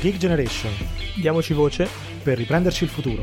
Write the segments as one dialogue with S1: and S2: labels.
S1: Geek Generation.
S2: Diamoci voce
S1: per riprenderci il futuro.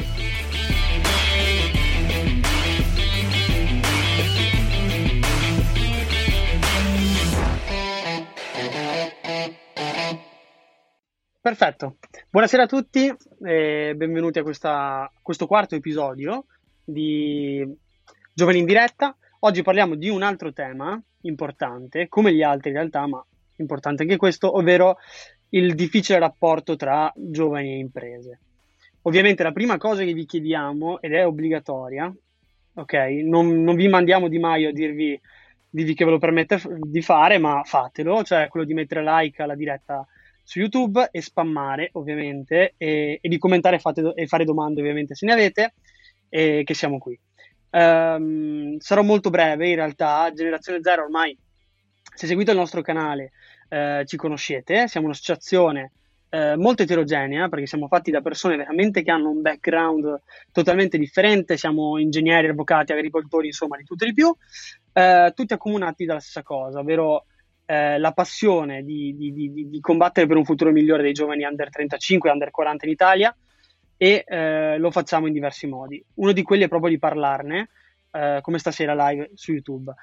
S3: Perfetto, buonasera a tutti e benvenuti a questo quarto episodio di Giovani in Diretta. Oggi parliamo di un altro tema importante, come gli altri in realtà, ma importante anche questo, ovvero il difficile rapporto tra giovani e imprese. Ovviamente la prima cosa che vi chiediamo, ed è obbligatoria, ok? Non vi mandiamo Di Maio a dirvi che ve lo permette di fare, ma fatelo, cioè quello di mettere like alla diretta su YouTube e spammare ovviamente e di commentare e fare domande ovviamente se ne avete, e che siamo qui. Sarò molto breve in realtà. Generazione Zero ormai, se seguite il nostro canale ci conoscete, siamo un'associazione molto eterogenea perché siamo fatti da persone veramente che hanno un background totalmente differente, siamo ingegneri, avvocati, agricoltori, insomma di tutto e di più, tutti accomunati dalla stessa cosa, ovvero la passione di combattere per un futuro migliore dei giovani under 35 e under 40 in Italia, e lo facciamo in diversi modi. Uno di quelli è proprio di parlarne, come stasera live su YouTube.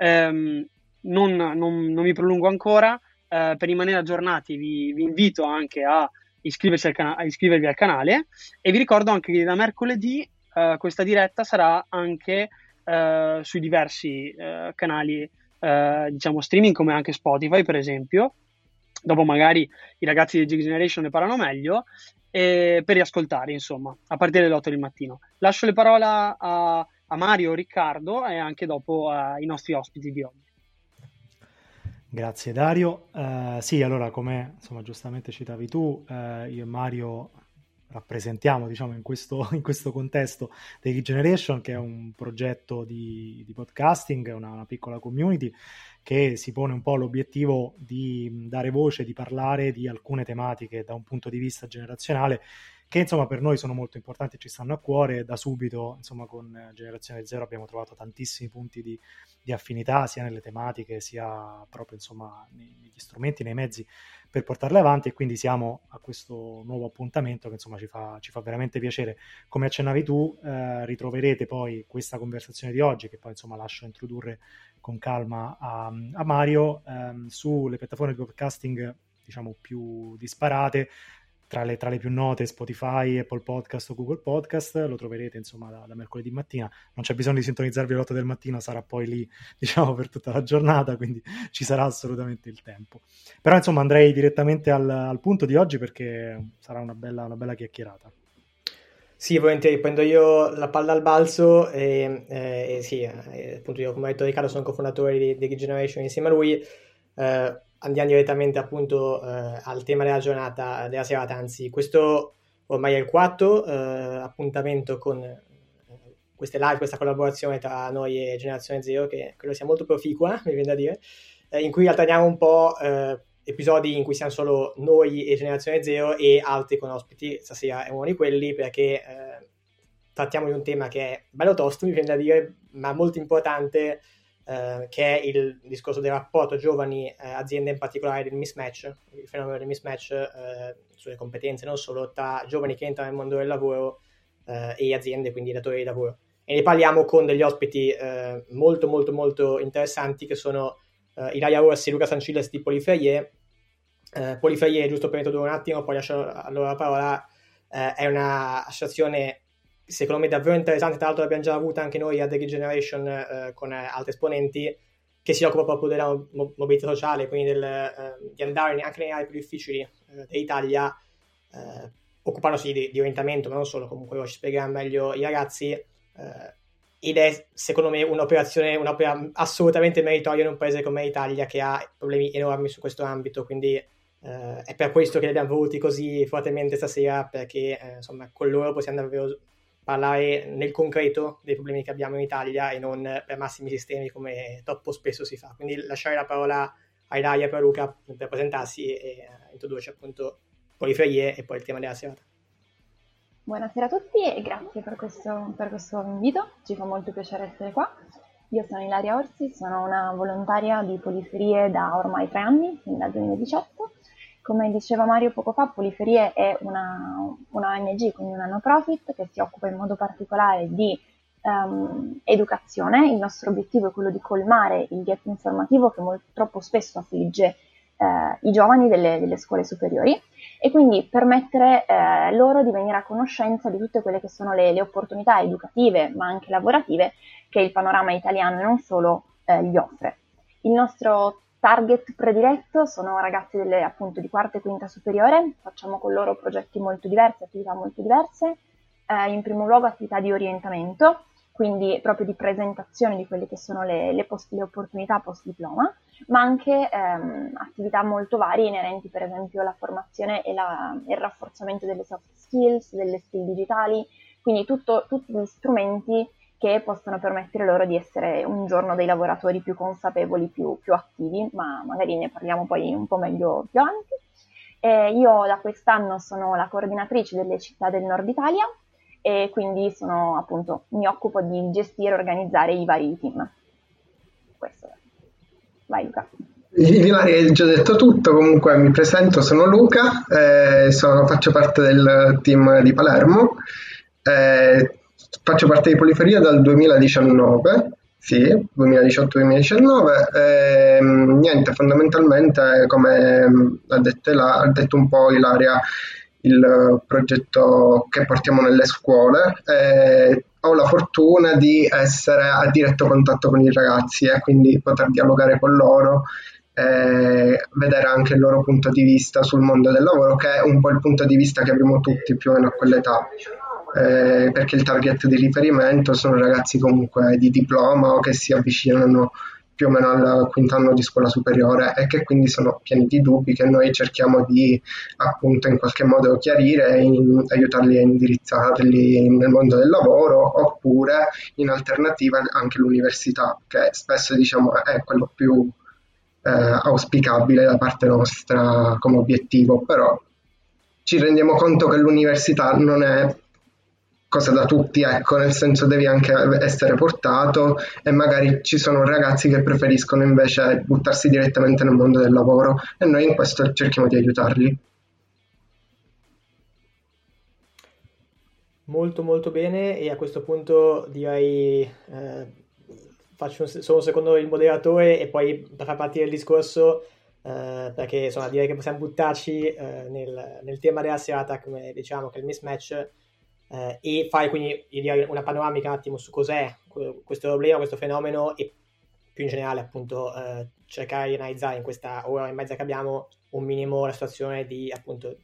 S3: Non mi prolungo ancora. Per rimanere aggiornati vi invito anche a iscrivervi al canale, e vi ricordo anche che da mercoledì questa diretta sarà anche sui diversi canali diciamo streaming, come anche Spotify per esempio. Dopo magari i ragazzi di Geek Generation ne parlano meglio, per riascoltare insomma a partire dalle 8 del mattino. Lascio le parole a Mario, Riccardo e anche dopo ai nostri ospiti di oggi.
S1: Grazie Dario. Sì, allora come insomma giustamente citavi tu, io e Mario rappresentiamo, diciamo, in questo contesto The Geek Generation, che è un progetto di podcasting, una piccola community che si pone un po' l'obiettivo di dare voce, di parlare di alcune tematiche da un punto di vista generazionale che insomma per noi sono molto importanti e ci stanno a cuore. Da subito insomma con Generazione Zero abbiamo trovato tantissimi punti di affinità sia nelle tematiche sia proprio insomma negli strumenti, nei mezzi per portarle avanti, e quindi siamo a questo nuovo appuntamento che insomma ci fa veramente piacere. Come accennavi tu, ritroverete poi questa conversazione di oggi, che poi insomma lascio introdurre con calma a Mario, sulle piattaforme di podcasting diciamo più disparate, tra le più note Spotify, Apple Podcast o Google Podcast. Lo troverete insomma da mercoledì mattina, non c'è bisogno di sintonizzarvi alle 8 del mattino, sarà poi lì diciamo per tutta la giornata, quindi ci sarà assolutamente il tempo. Però insomma andrei direttamente al punto di oggi, perché sarà una bella chiacchierata.
S2: Sì, volentieri, prendo io la palla al balzo e sì, appunto io come ha detto Riccardo sono cofondatore di Geek Generation insieme a lui. Andiamo direttamente appunto al tema della giornata, della serata, anzi questo ormai è il quarto appuntamento con queste live, questa collaborazione tra noi e Generazione Zero, che credo sia molto proficua, mi viene da dire, in cui alterniamo un po' episodi in cui siamo solo noi e Generazione Zero e altri con ospiti. Stasera è uno di quelli perché trattiamo di un tema che è bello tosto, mi viene da dire, ma molto importante, che è il discorso del rapporto giovani-aziende, in particolare del mismatch, il fenomeno del mismatch sulle competenze, non solo tra giovani che entrano nel mondo del lavoro e aziende, quindi datori di lavoro. E ne parliamo con degli ospiti molto molto molto interessanti, che sono Ilaria Orsi e Luca Sancilles di Polyferrier. Polyferrier, giusto per introdurre un attimo, poi lascio a loro la parola, è un'associazione secondo me davvero interessante, tra l'altro l'abbiamo già avuta anche noi a The Geek Generation con altri esponenti, che si occupa proprio della mobilità sociale, quindi di andare anche nei aree più difficili dell'Italia, occupandosi di orientamento, ma non solo, comunque ci spiegherà meglio i ragazzi, ed è secondo me un'opera assolutamente meritoria in un paese come l'Italia che ha problemi enormi su questo ambito, quindi è per questo che li abbiamo voluti così fortemente stasera, perché insomma con loro possiamo davvero parlare nel concreto dei problemi che abbiamo in Italia e non per massimi sistemi come troppo spesso si fa. Quindi lasciare la parola a Ilaria e a Luca per presentarsi e introdurci appunto Polyferrier e poi il tema della serata.
S4: Buonasera a tutti e grazie per questo invito, ci fa molto piacere essere qua. Io sono Ilaria Orsi, sono una volontaria di Polyferrier da ormai 3 anni, quindi dal 2018, Come diceva Mario poco fa, Poliferie è una ONG, quindi una no profit, che si occupa in modo particolare di educazione. Il nostro obiettivo è quello di colmare il gap informativo che troppo spesso affligge i giovani delle scuole superiori, e quindi permettere loro di venire a conoscenza di tutte quelle che sono le opportunità educative, ma anche lavorative, che il panorama italiano e non solo gli offre. Il nostro target prediletto sono ragazzi appunto di quarta e quinta superiore. Facciamo con loro progetti molto diversi, attività molto diverse, in primo luogo attività di orientamento, quindi proprio di presentazione di quelle che sono le opportunità post diploma, ma anche attività molto varie inerenti per esempio alla formazione e il rafforzamento delle soft skills, delle skill digitali, quindi tutti gli strumenti che possano permettere loro di essere un giorno dei lavoratori più consapevoli, più attivi, ma magari ne parliamo poi un po' meglio più avanti. Io da quest'anno sono la coordinatrice delle città del Nord Italia, e quindi mi occupo di gestire e organizzare i vari team. Questo è. Vai Luca.
S5: Ilaria hai già detto tutto, comunque mi presento, sono Luca, faccio parte del team di Palermo, faccio parte di Poliferia dal 2019, sì, 2018-2019, niente, fondamentalmente come ha detto un po' Ilaria, il progetto che portiamo nelle scuole. Ho la fortuna di essere a diretto contatto con i ragazzi e quindi poter dialogare con loro, vedere anche il loro punto di vista sul mondo del lavoro, che è un po' il punto di vista che abbiamo tutti più o meno a quell'età, perché il target di riferimento sono ragazzi comunque di diploma o che si avvicinano più o meno al quinto anno di scuola superiore e che quindi sono pieni di dubbi che noi cerchiamo di appunto in qualche modo chiarire e aiutarli a indirizzarli nel mondo del lavoro, oppure in alternativa anche l'università, che spesso diciamo è quello più auspicabile da parte nostra come obiettivo, però ci rendiamo conto che l'università non è cosa da tutti, ecco, nel senso devi anche essere portato e magari ci sono ragazzi che preferiscono invece buttarsi direttamente nel mondo del lavoro e noi in questo cerchiamo di aiutarli.
S2: Molto molto bene, e a questo punto direi faccio solo un secondo il moderatore e poi per far partire il discorso, perché insomma direi che possiamo buttarci nel tema della serata, come diciamo, che è il mismatch, e fare quindi una panoramica un attimo su cos'è questo problema, questo fenomeno, e più in generale appunto cercare di analizzare in questa ora e mezza che abbiamo un minimo la situazione di appunto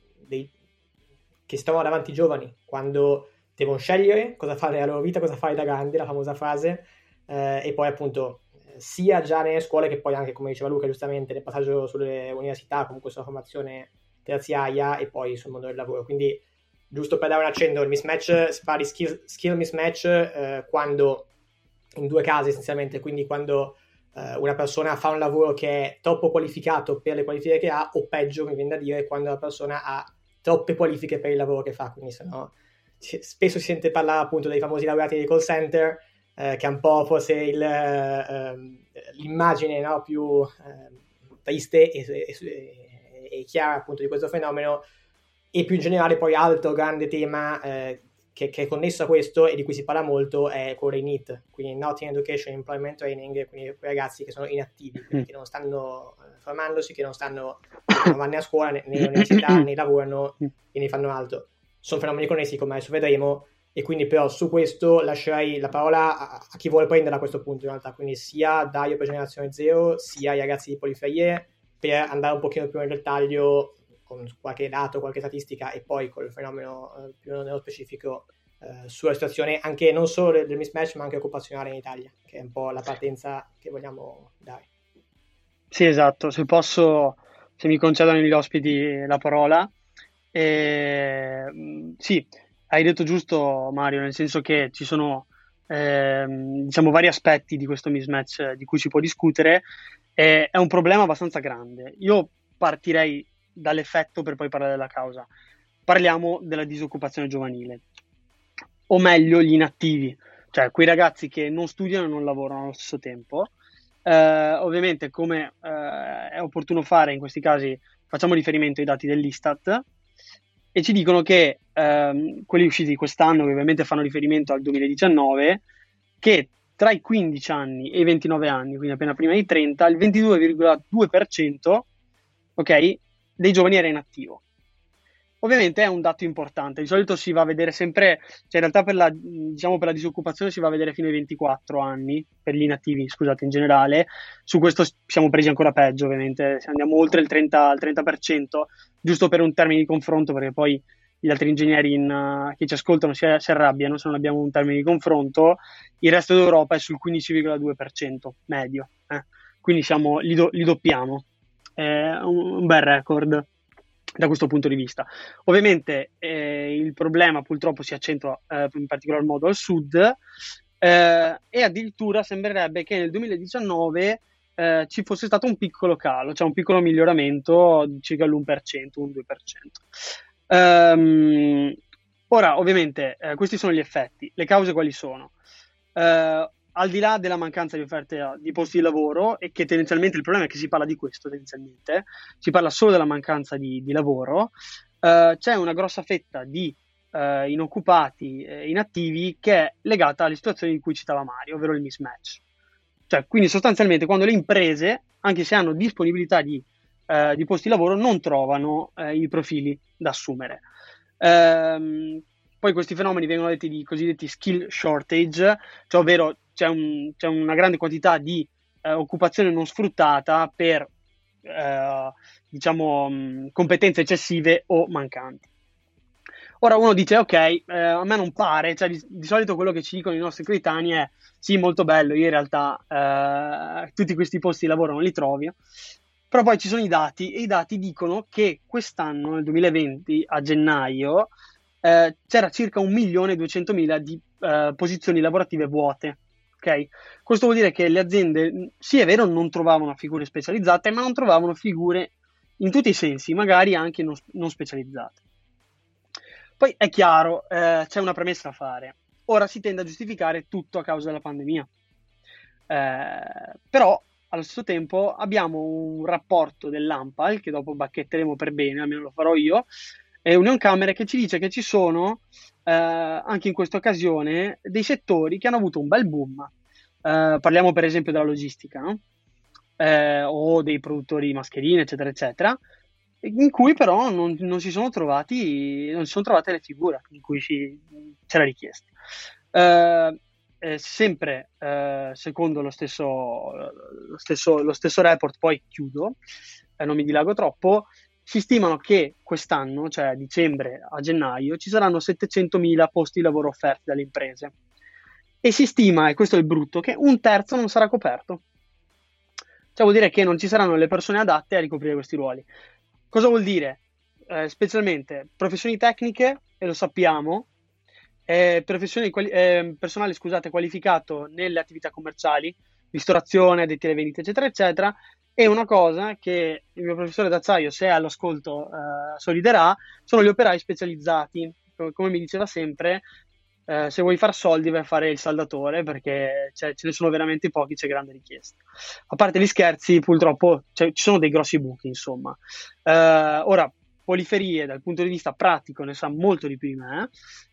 S2: che si trovano davanti i giovani quando devono scegliere cosa fare nella loro vita, cosa fare da grandi, la famosa frase, e poi appunto sia già nelle scuole che poi anche, come diceva Luca giustamente, nel passaggio sulle università, comunque sulla formazione terziaria e poi sul mondo del lavoro. Quindi giusto per dare un accenno, il mismatch si parla di skill mismatch quando in due casi essenzialmente, quindi quando una persona fa un lavoro che è troppo qualificato per le qualifiche che ha, o peggio mi viene da dire quando la persona ha troppe qualifiche per il lavoro che fa. Quindi spesso si sente parlare appunto dei famosi laureati dei call center, che è un po' forse l'immagine, no, più triste e chiara appunto di questo fenomeno. E più in generale poi altro grande tema che è connesso a questo e di cui si parla molto è quello dei NEET, quindi Not in Education Employment Training, quindi quei ragazzi che sono inattivi, quindi che non stanno formandosi, che non vanno a scuola, né all'università, né lavorano e ne fanno altro. Sono fenomeni connessi, come adesso vedremo, e quindi però su questo lascerei la parola a chi vuole prenderla a questo punto in realtà, quindi sia Dario per Generazione Zero, sia i ragazzi di Poliferie, per andare un pochino più nel dettaglio con qualche dato, qualche statistica e poi col fenomeno più nello specifico sulla situazione anche non solo del mismatch ma anche occupazionale in Italia, che è un po' la partenza che vogliamo dare.
S3: Sì, esatto, se mi concedono gli ospiti la parola. Sì, hai detto giusto Mario, nel senso che ci sono diciamo vari aspetti di questo mismatch di cui si può discutere. È un problema abbastanza grande. Io partirei dall'effetto per poi parlare della causa. Parliamo della disoccupazione giovanile, o meglio gli inattivi, cioè quei ragazzi che non studiano e non lavorano allo stesso tempo. Ovviamente, come è opportuno fare in questi casi, facciamo riferimento ai dati dell'Istat e ci dicono che quelli usciti quest'anno, che ovviamente fanno riferimento al 2019, che tra i 15 anni e i 29 anni, quindi appena prima dei 30, il 22,2%, ok, dei giovani era inattivo. Ovviamente è un dato importante, di solito si va a vedere sempre, cioè in realtà per la disoccupazione si va a vedere fino ai 24 anni, per gli inattivi, scusate, in generale. Su questo siamo presi ancora peggio, ovviamente, se andiamo oltre il 30%, giusto per un termine di confronto, perché poi gli altri ingegneri che ci ascoltano si arrabbiano se non abbiamo un termine di confronto. Il resto d'Europa è sul 15,2% medio, quindi li doppiamo. È un bel record da questo punto di vista. Ovviamente il problema purtroppo si accentua in particolar modo al sud, e addirittura sembrerebbe che nel 2019 ci fosse stato un piccolo calo, cioè un piccolo miglioramento di circa l'1%, un 2%. Ora, ovviamente, questi sono gli effetti. Le cause quali sono? Al di là della mancanza di offerte di posti di lavoro, e che tendenzialmente il problema è che si parla di questo, tendenzialmente si parla solo della mancanza di lavoro, c'è una grossa fetta di inoccupati, inattivi, che è legata alle situazioni di cui citava Mario, ovvero il mismatch. Cioè, quindi sostanzialmente quando le imprese, anche se hanno disponibilità di posti di lavoro, non trovano i profili da assumere. Poi questi fenomeni vengono detti di cosiddetti skill shortage, cioè ovvero c'è una grande quantità di occupazione non sfruttata per competenze eccessive o mancanti. Ora uno dice ok, a me non pare, cioè di solito quello che ci dicono i nostri coetanei è sì, molto bello, io in realtà tutti questi posti di lavoro non li trovi. Però poi ci sono i dati, e i dati dicono che quest'anno, nel 2020, a gennaio, c'era circa 1.200.000 di posizioni lavorative vuote. Okay? Questo vuol dire che le aziende, sì è vero, non trovavano figure specializzate, ma non trovavano figure in tutti i sensi, magari anche non specializzate. Poi è chiaro, c'è una premessa a fare. Ora si tende a giustificare tutto a causa della pandemia. Però allo stesso tempo abbiamo un rapporto dell'ANPAL, che dopo bacchetteremo per bene, almeno lo farò io, e Unioncamere, che ci dice che ci sono anche in questa occasione dei settori che hanno avuto un bel boom. Parliamo per esempio della logistica, no? O dei produttori di mascherine, eccetera, eccetera, in cui però non si sono trovate le figure in cui c'era richiesta. Sempre secondo lo stesso report, poi chiudo, non mi dilago troppo, si stimano che quest'anno, cioè dicembre a gennaio, ci saranno 700.000 posti di lavoro offerti dalle imprese, e si stima, e questo è il brutto, che un terzo non sarà coperto. Cioè vuol dire che non ci saranno le persone adatte a ricoprire questi ruoli. Cosa vuol dire? Specialmente professioni tecniche, e lo sappiamo, personale qualificato nelle attività commerciali, ristorazione, addetti alle vendite, eccetera, eccetera. E una cosa che il mio professore d'azzaio, se è all'ascolto, soliderà, sono gli operai specializzati. Come mi diceva sempre, se vuoi far soldi vai a fare il saldatore, perché ce ne sono veramente pochi, c'è grande richiesta. A parte gli scherzi, purtroppo ci sono dei grossi buchi, insomma. Ora, Poliferie dal punto di vista pratico ne sa molto di più di me,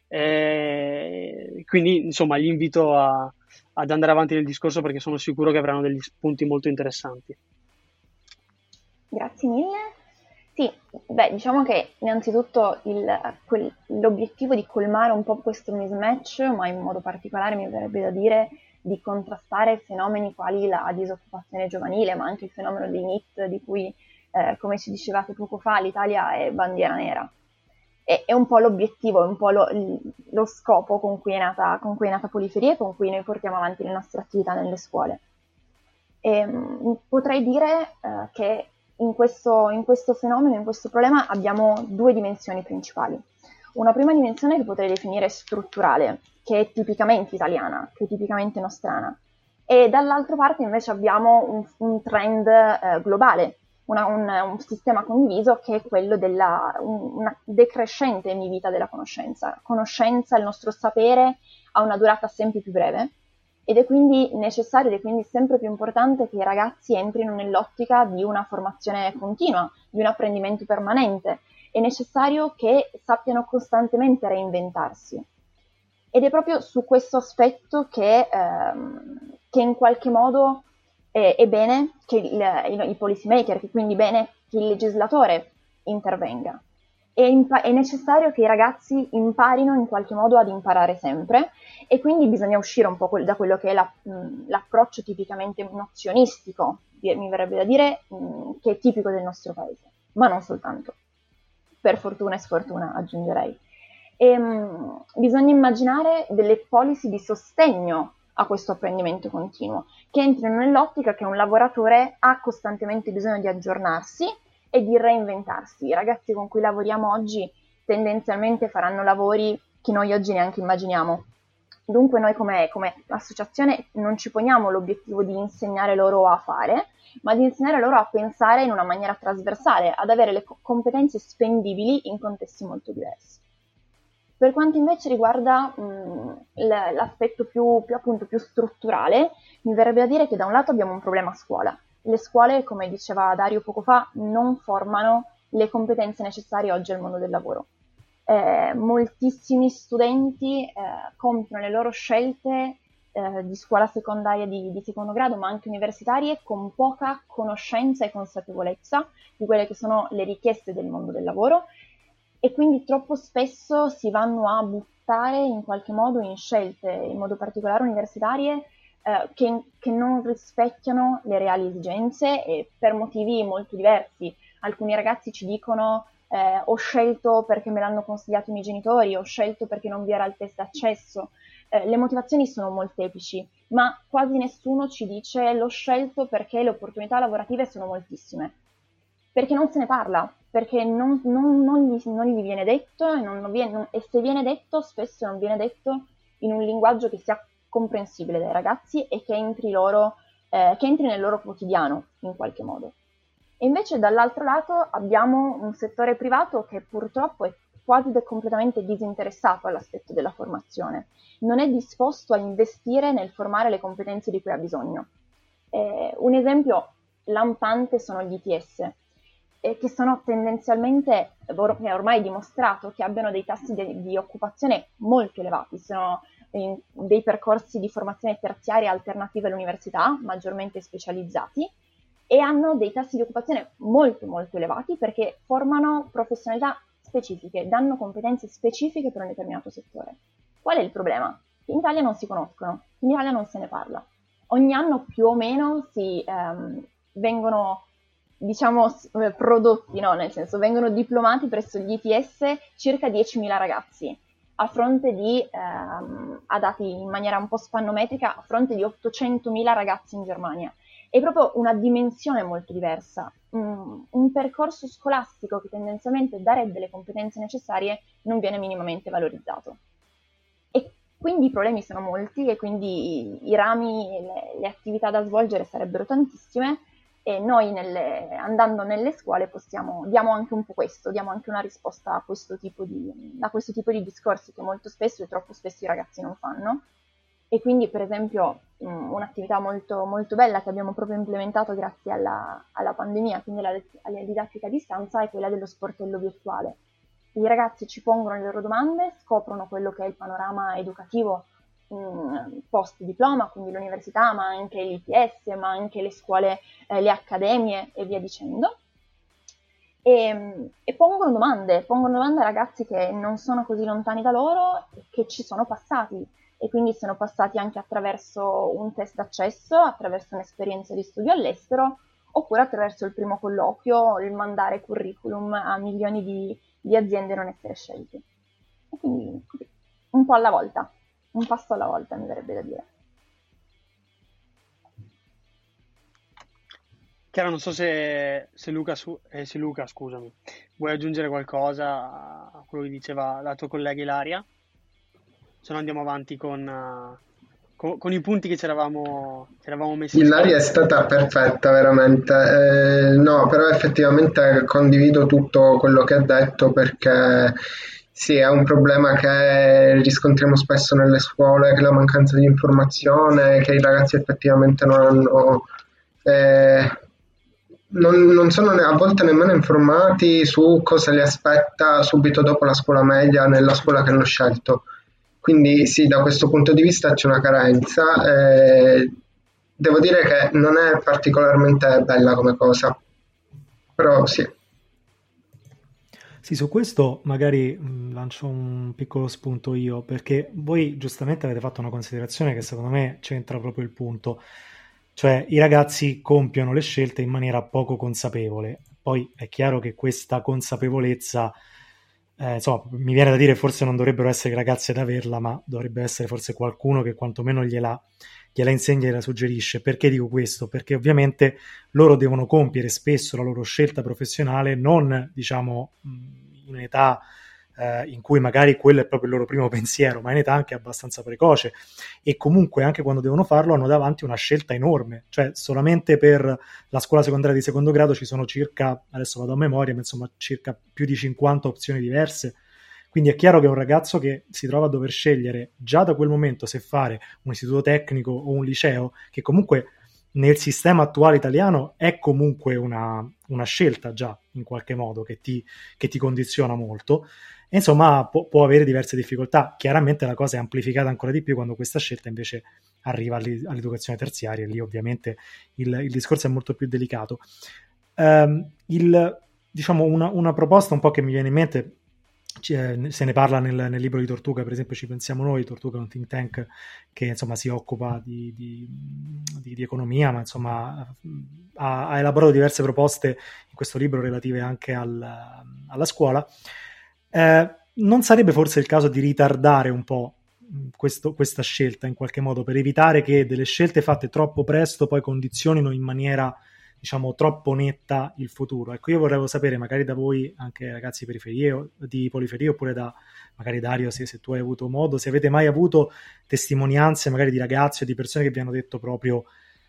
S3: quindi insomma gli invito ad andare avanti nel discorso, perché sono sicuro che avranno degli spunti molto interessanti.
S4: Grazie mille. Sì, diciamo che innanzitutto l'obiettivo di colmare un po' questo mismatch, ma in modo particolare mi verrebbe da dire di contrastare fenomeni quali la disoccupazione giovanile, ma anche il fenomeno dei NEET, di cui, come ci dicevate poco fa, l'Italia è bandiera nera. È un po' l'obiettivo, è un po' lo scopo con cui è nata Poliferie, e con cui noi portiamo avanti le nostre attività nelle scuole. Potrei dire che in questo fenomeno, in questo problema, abbiamo due dimensioni principali. Una prima dimensione che potrei definire strutturale, che è tipicamente italiana, che è tipicamente nostrana, e dall'altra parte invece abbiamo un trend globale, un sistema condiviso, che è quello una decrescente emivita della conoscenza. Conoscenza, il nostro sapere, ha una durata sempre più breve, ed è quindi necessario ed è quindi sempre più importante che i ragazzi entrino nell'ottica di una formazione continua, di un apprendimento permanente. È necessario che sappiano costantemente reinventarsi. Ed è proprio su questo aspetto che in qualche modo è bene che i policy maker, che quindi bene che il legislatore intervenga. È necessario che i ragazzi imparino in qualche modo ad imparare sempre, e quindi bisogna uscire un po' da quello che è l'approccio tipicamente nozionistico, mi verrebbe da dire, che è tipico del nostro paese, ma non soltanto. Per fortuna e sfortuna, aggiungerei. Bisogna immaginare delle policy di sostegno a questo apprendimento continuo, che entrino nell'ottica che un lavoratore ha costantemente bisogno di aggiornarsi e di reinventarsi. I ragazzi con cui lavoriamo oggi tendenzialmente faranno lavori che noi oggi neanche immaginiamo. Dunque noi come associazione non ci poniamo l'obiettivo di insegnare loro a fare, ma di insegnare loro a pensare in una maniera trasversale, ad avere le competenze spendibili in contesti molto diversi. Per quanto invece riguarda l'aspetto più strutturale, mi verrebbe da dire che da un lato abbiamo un problema a scuola. Le scuole, come diceva Dario poco fa, non formano le competenze necessarie oggi al mondo del lavoro. Moltissimi studenti compiono le loro scelte di scuola secondaria di secondo grado, ma anche universitarie, con poca conoscenza e consapevolezza di quelle che sono le richieste del mondo del lavoro, e quindi troppo spesso si vanno a buttare in qualche modo in scelte, in modo particolare universitarie, che non rispecchiano le reali esigenze, e per motivi molto diversi. Alcuni ragazzi ci dicono ho scelto perché me l'hanno consigliato i miei genitori, ho scelto perché non vi era il test d'accesso. Le motivazioni sono molteplici, ma quasi nessuno ci dice l'ho scelto perché le opportunità lavorative sono moltissime. Perché non se ne parla, perché non gli viene detto, e se viene detto spesso non viene detto in un linguaggio che sia comprensibile dai ragazzi e che entri nel loro quotidiano in qualche modo. E invece dall'altro lato abbiamo un settore privato che purtroppo è quasi completamente disinteressato all'aspetto della formazione, non è disposto a investire nel formare le competenze di cui ha bisogno. Un esempio lampante sono gli ITS, che sono tendenzialmente, è ormai dimostrato, che abbiano dei tassi di occupazione molto elevati, sono dei percorsi di formazione terziaria alternativa all'università, maggiormente specializzati, e hanno dei tassi di occupazione molto molto elevati perché formano professionalità specifiche, danno competenze specifiche per un determinato settore. Qual è il problema? In Italia non si conoscono, in Italia non se ne parla. Ogni anno più o meno vengono prodotti, no? Nel senso, vengono diplomati presso gli ITS circa 10.000 ragazzi, a fronte di, a dati in maniera un po' spannometrica, a fronte di 800.000 ragazzi in Germania. È proprio una dimensione molto diversa. Un percorso scolastico che tendenzialmente darebbe le competenze necessarie non viene minimamente valorizzato. E quindi i problemi sono molti, e quindi i rami, le attività da svolgere sarebbero tantissime, e noi andando nelle scuole diamo anche un po' questo, diamo anche una risposta a questo tipo di discorsi che molto spesso e troppo spesso i ragazzi non fanno. E quindi, per esempio, un'attività molto, molto bella che abbiamo proprio implementato grazie alla pandemia, quindi alla didattica a distanza, è quella dello sportello virtuale. I ragazzi ci pongono le loro domande, scoprono quello che è il panorama educativo post diploma, quindi l'università, ma anche l'ITS, ma anche le scuole, le accademie e via dicendo, e pongono domande a ragazzi che non sono così lontani da loro, che ci sono passati, e quindi sono passati anche attraverso un test d'accesso, attraverso un'esperienza di studio all'estero, oppure attraverso il primo colloquio, il mandare curriculum a milioni di aziende e non essere scelti. E quindi un po' alla volta. Un passo alla volta, mi verrebbe da dire.
S3: Chiara, non so se Luca, scusami, vuoi aggiungere qualcosa a quello che diceva la tua collega Ilaria? Se no andiamo avanti con i punti che ci eravamo messi.
S5: Ilaria è stata perfetta, veramente. No, però effettivamente condivido tutto quello che ha detto, perché Sì, è un problema che riscontriamo spesso nelle scuole, che la mancanza di informazione, che i ragazzi effettivamente non hanno, eh, non sono a volte nemmeno informati su cosa li aspetta subito dopo la scuola media nella scuola che hanno scelto. Quindi sì, da questo punto di vista c'è una carenza. Devo dire che non è particolarmente bella come cosa, però sì.
S1: Sì, su questo magari lancio un piccolo spunto io, perché voi giustamente avete fatto una considerazione che secondo me c'entra proprio il punto, cioè i ragazzi compiono le scelte in maniera poco consapevole. Poi è chiaro che questa consapevolezza, insomma, mi viene da dire forse non dovrebbero essere i ragazzi ad averla, ma dovrebbe essere forse qualcuno che quantomeno gliela insegna e gliela suggerisce. Perché dico questo? Perché ovviamente loro devono compiere spesso la loro scelta professionale non, diciamo, in età in cui magari quello è proprio il loro primo pensiero, ma in età anche abbastanza precoce, e comunque anche quando devono farlo hanno davanti una scelta enorme, cioè solamente per la scuola secondaria di secondo grado ci sono circa, adesso vado a memoria, ma insomma circa più di 50 opzioni diverse. Quindi è chiaro che un ragazzo che si trova a dover scegliere già da quel momento se fare un istituto tecnico o un liceo, che comunque nel sistema attuale italiano è comunque una scelta già in qualche modo che ti condiziona molto, e insomma può avere diverse difficoltà. Chiaramente la cosa è amplificata ancora di più quando questa scelta invece arriva all'educazione terziaria, e lì ovviamente il discorso è molto più delicato. Diciamo una proposta un po' che mi viene in mente, se ne parla nel libro di Tortuga, per esempio Ci pensiamo noi. Tortuga è un think tank che insomma si occupa di economia, ma insomma ha elaborato diverse proposte in questo libro relative anche alla scuola. Non sarebbe forse il caso di ritardare un po' questa scelta in qualche modo, per evitare che delle scelte fatte troppo presto poi condizionino in maniera, diciamo, troppo netta il futuro? Ecco, io vorrei sapere magari da voi, anche ragazzi di Poliferie, oppure da magari Dario, se tu hai avuto modo, se avete mai avuto testimonianze magari di ragazzi o di persone che vi hanno detto proprio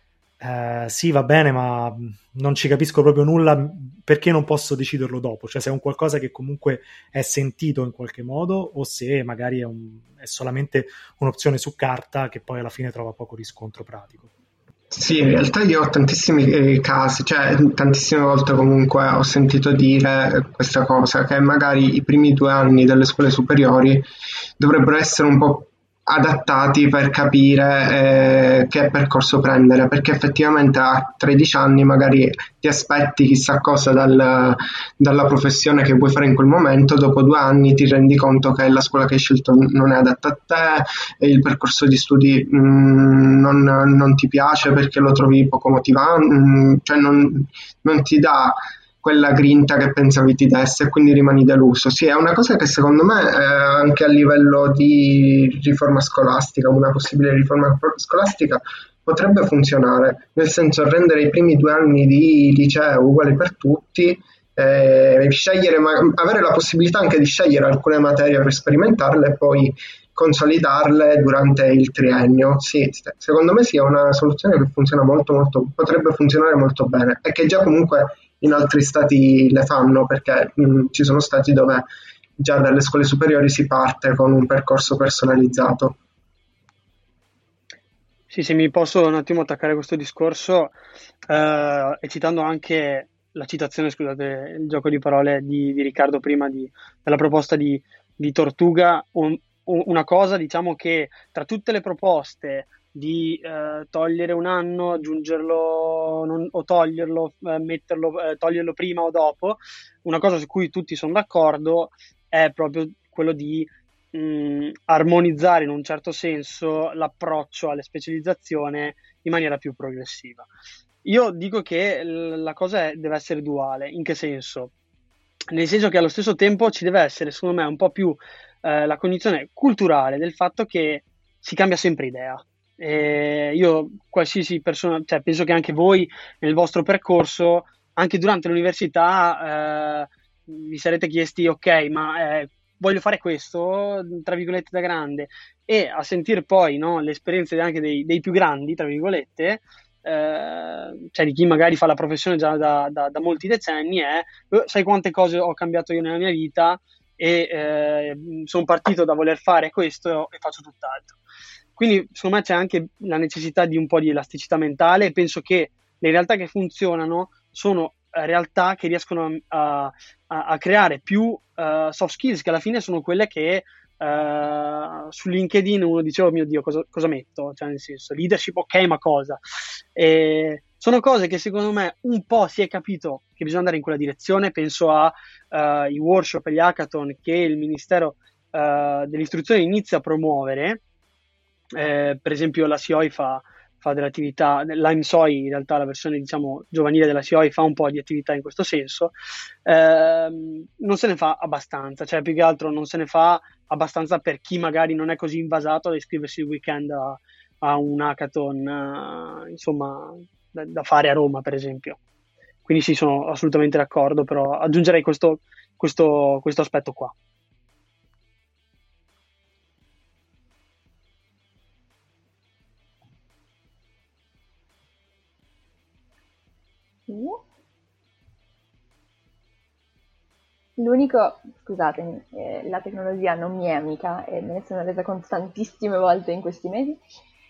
S1: sì, va bene, ma non ci capisco proprio nulla, perché non posso deciderlo dopo? Cioè se è un qualcosa che comunque è sentito in qualche modo, o se magari è solamente un'opzione su carta che poi alla fine trova poco riscontro pratico.
S5: Sì, in realtà io ho tantissimi casi, cioè tantissime volte comunque ho sentito dire questa cosa, che magari i primi 2 anni delle scuole superiori dovrebbero essere un po' adattati per capire che percorso prendere, perché effettivamente a 13 anni magari ti aspetti chissà cosa dalla professione che vuoi fare in quel momento, dopo 2 anni ti rendi conto che la scuola che hai scelto non è adatta a te, e il percorso di studi non ti piace perché lo trovi poco motivante, cioè non ti dà quella grinta che pensavi ti desse, e quindi rimani deluso. Sì, è una cosa che secondo me anche a livello di riforma scolastica, una possibile riforma scolastica, potrebbe funzionare, nel senso rendere i primi 2 anni di liceo uguali per tutti, avere la possibilità anche di scegliere alcune materie per sperimentarle e poi consolidarle durante il triennio. Sì, secondo me sì, è una soluzione che funziona potrebbe funzionare molto bene, e che già comunque in altri stati le fanno, perché ci sono stati dove già dalle scuole superiori si parte con un percorso personalizzato.
S3: Sì, se mi posso un attimo attaccare a questo discorso, e citando anche la citazione, scusate, il gioco di parole di Riccardo prima della proposta di Tortuga, una cosa, diciamo, che tra tutte le proposte di togliere un anno, aggiungerlo o toglierlo, toglierlo prima o dopo, una cosa su cui tutti sono d'accordo è proprio quello di armonizzare in un certo senso l'approccio alle specializzazioni in maniera più progressiva. Io dico che la cosa deve essere duale. In che senso? Nel senso che allo stesso tempo ci deve essere, secondo me, un po' più la cognizione culturale del fatto che si cambia sempre idea. Io, qualsiasi persona, cioè penso che anche voi nel vostro percorso, anche durante l'università, vi sarete chiesti: ok, ma voglio fare questo, tra virgolette, da grande, e a sentire poi, no, le esperienze anche dei più grandi, tra virgolette, cioè di chi magari fa la professione già da molti decenni, sai quante cose ho cambiato io nella mia vita, e sono partito da voler fare questo e faccio tutt'altro. Quindi secondo me c'è anche la necessità di un po' di elasticità mentale, e penso che le realtà che funzionano sono realtà che riescono a creare più soft skills, che alla fine sono quelle che su LinkedIn uno dice oh mio Dio, cosa metto? Cioè, nel senso, leadership, ok, ma cosa? Sono cose che secondo me un po' si è capito che bisogna andare in quella direzione. Penso ai workshop e gli hackathon che il Ministero dell'Istruzione inizia a promuovere. Per esempio la SIOI fa delle attività, l'IMSOI in realtà la versione diciamo giovanile della SIOI fa un po' di attività in questo senso. Non se ne fa abbastanza, cioè più che altro non se ne fa abbastanza per chi magari non è così invasato ad iscriversi il weekend a un hackathon insomma da fare a Roma per esempio. Quindi sì, sono assolutamente d'accordo, però aggiungerei questo aspetto qua.
S4: L'unico, scusatemi, la tecnologia non mi è amica e me ne sono resa conto tantissime volte in questi mesi.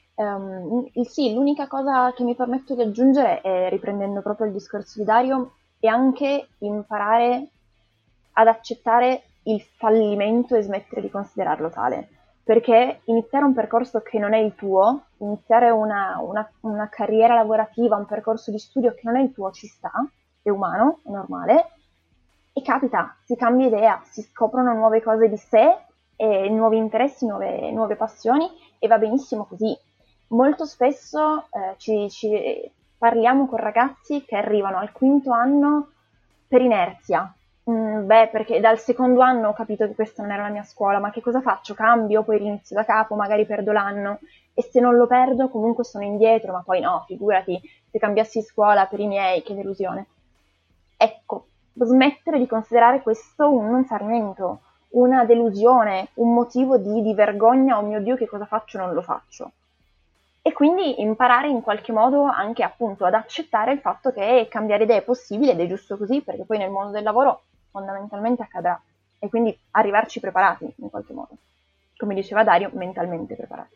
S4: Sì, l'unica cosa che mi permetto di aggiungere è, riprendendo proprio il discorso di Dario, è anche imparare ad accettare il fallimento e smettere di considerarlo tale. Perché iniziare un percorso che non è il tuo, iniziare una carriera lavorativa, un percorso di studio che non è il tuo, ci sta, è umano, è normale, e capita, si cambia idea, si scoprono nuove cose di sé, e nuovi interessi, nuove passioni, e va benissimo così. Molto spesso ci parliamo con ragazzi che arrivano al quinto anno per inerzia. Perché dal secondo anno ho capito che questa non era la mia scuola, ma che cosa faccio? Cambio, poi rinizio da capo, magari perdo l'anno, e se non lo perdo comunque sono indietro, ma poi no, figurati, se cambiassi scuola per i miei, che delusione. Ecco, smettere di considerare questo un non fallimento, una delusione, un motivo di vergogna, oh mio Dio, che cosa faccio? Non lo faccio. E quindi imparare in qualche modo anche appunto ad accettare il fatto che cambiare idea è possibile ed è giusto così, perché poi nel mondo del lavoro fondamentalmente accadrà, e quindi arrivarci preparati in qualche modo, come diceva Dario, mentalmente preparati.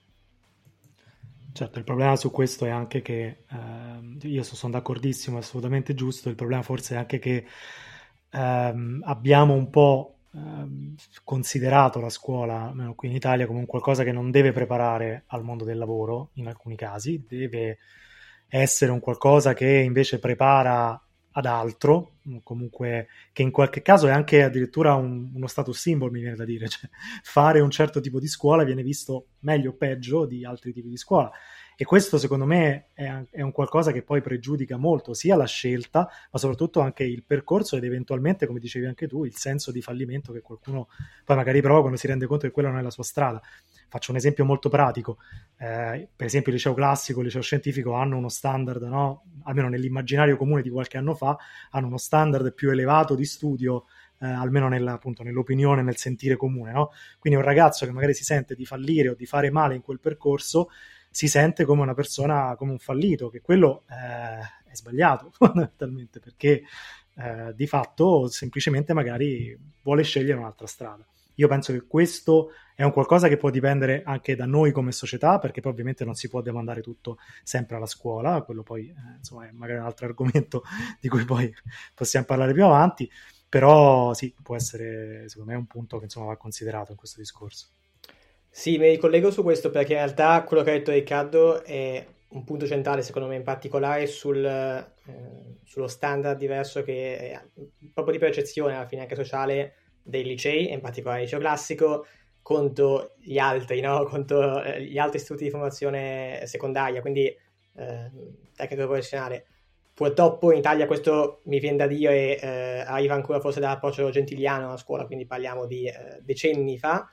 S1: Certo, il problema su questo è anche che io sono d'accordissimo, è assolutamente giusto. Il problema forse è anche che abbiamo un po' considerato la scuola, almeno qui in Italia, come un qualcosa che non deve preparare al mondo del lavoro in alcuni casi, deve essere un qualcosa che invece prepara ad altro, comunque che in qualche caso è anche addirittura uno status symbol, mi viene da dire, cioè fare un certo tipo di scuola viene visto meglio o peggio di altri tipi di scuola, e questo secondo me è un qualcosa che poi pregiudica molto sia la scelta, ma soprattutto anche il percorso ed eventualmente, come dicevi anche tu, il senso di fallimento che qualcuno poi magari prova quando si rende conto che quella non è la sua strada. Faccio un esempio molto pratico, per esempio il liceo classico, il liceo scientifico hanno uno standard, no? Almeno nell'immaginario comune di qualche anno fa, hanno uno standard più elevato di studio, almeno appunto, nell'opinione, nel sentire comune, no? Quindi un ragazzo che magari si sente di fallire o di fare male in quel percorso si sente come una persona, come un fallito, che quello è sbagliato fondamentalmente, perché di fatto semplicemente magari vuole scegliere un'altra strada. Io penso che questo è un qualcosa che può dipendere anche da noi come società, perché poi ovviamente non si può demandare tutto sempre alla scuola, quello poi insomma è magari un altro argomento di cui poi possiamo parlare più avanti, però sì, può essere secondo me un punto che insomma va considerato in questo discorso.
S2: Sì, mi ricollego su questo perché in realtà quello che ha detto Riccardo è un punto centrale secondo me, in particolare sullo standard diverso che è proprio di percezione alla fine anche sociale dei licei, in particolare il liceo classico, contro gli altri, no? Contro gli altri istituti di formazione secondaria, quindi tecnico professionale. Purtroppo in Italia questo mi viene da dire arriva ancora forse dall'approccio gentiliano alla scuola, quindi parliamo di decenni fa.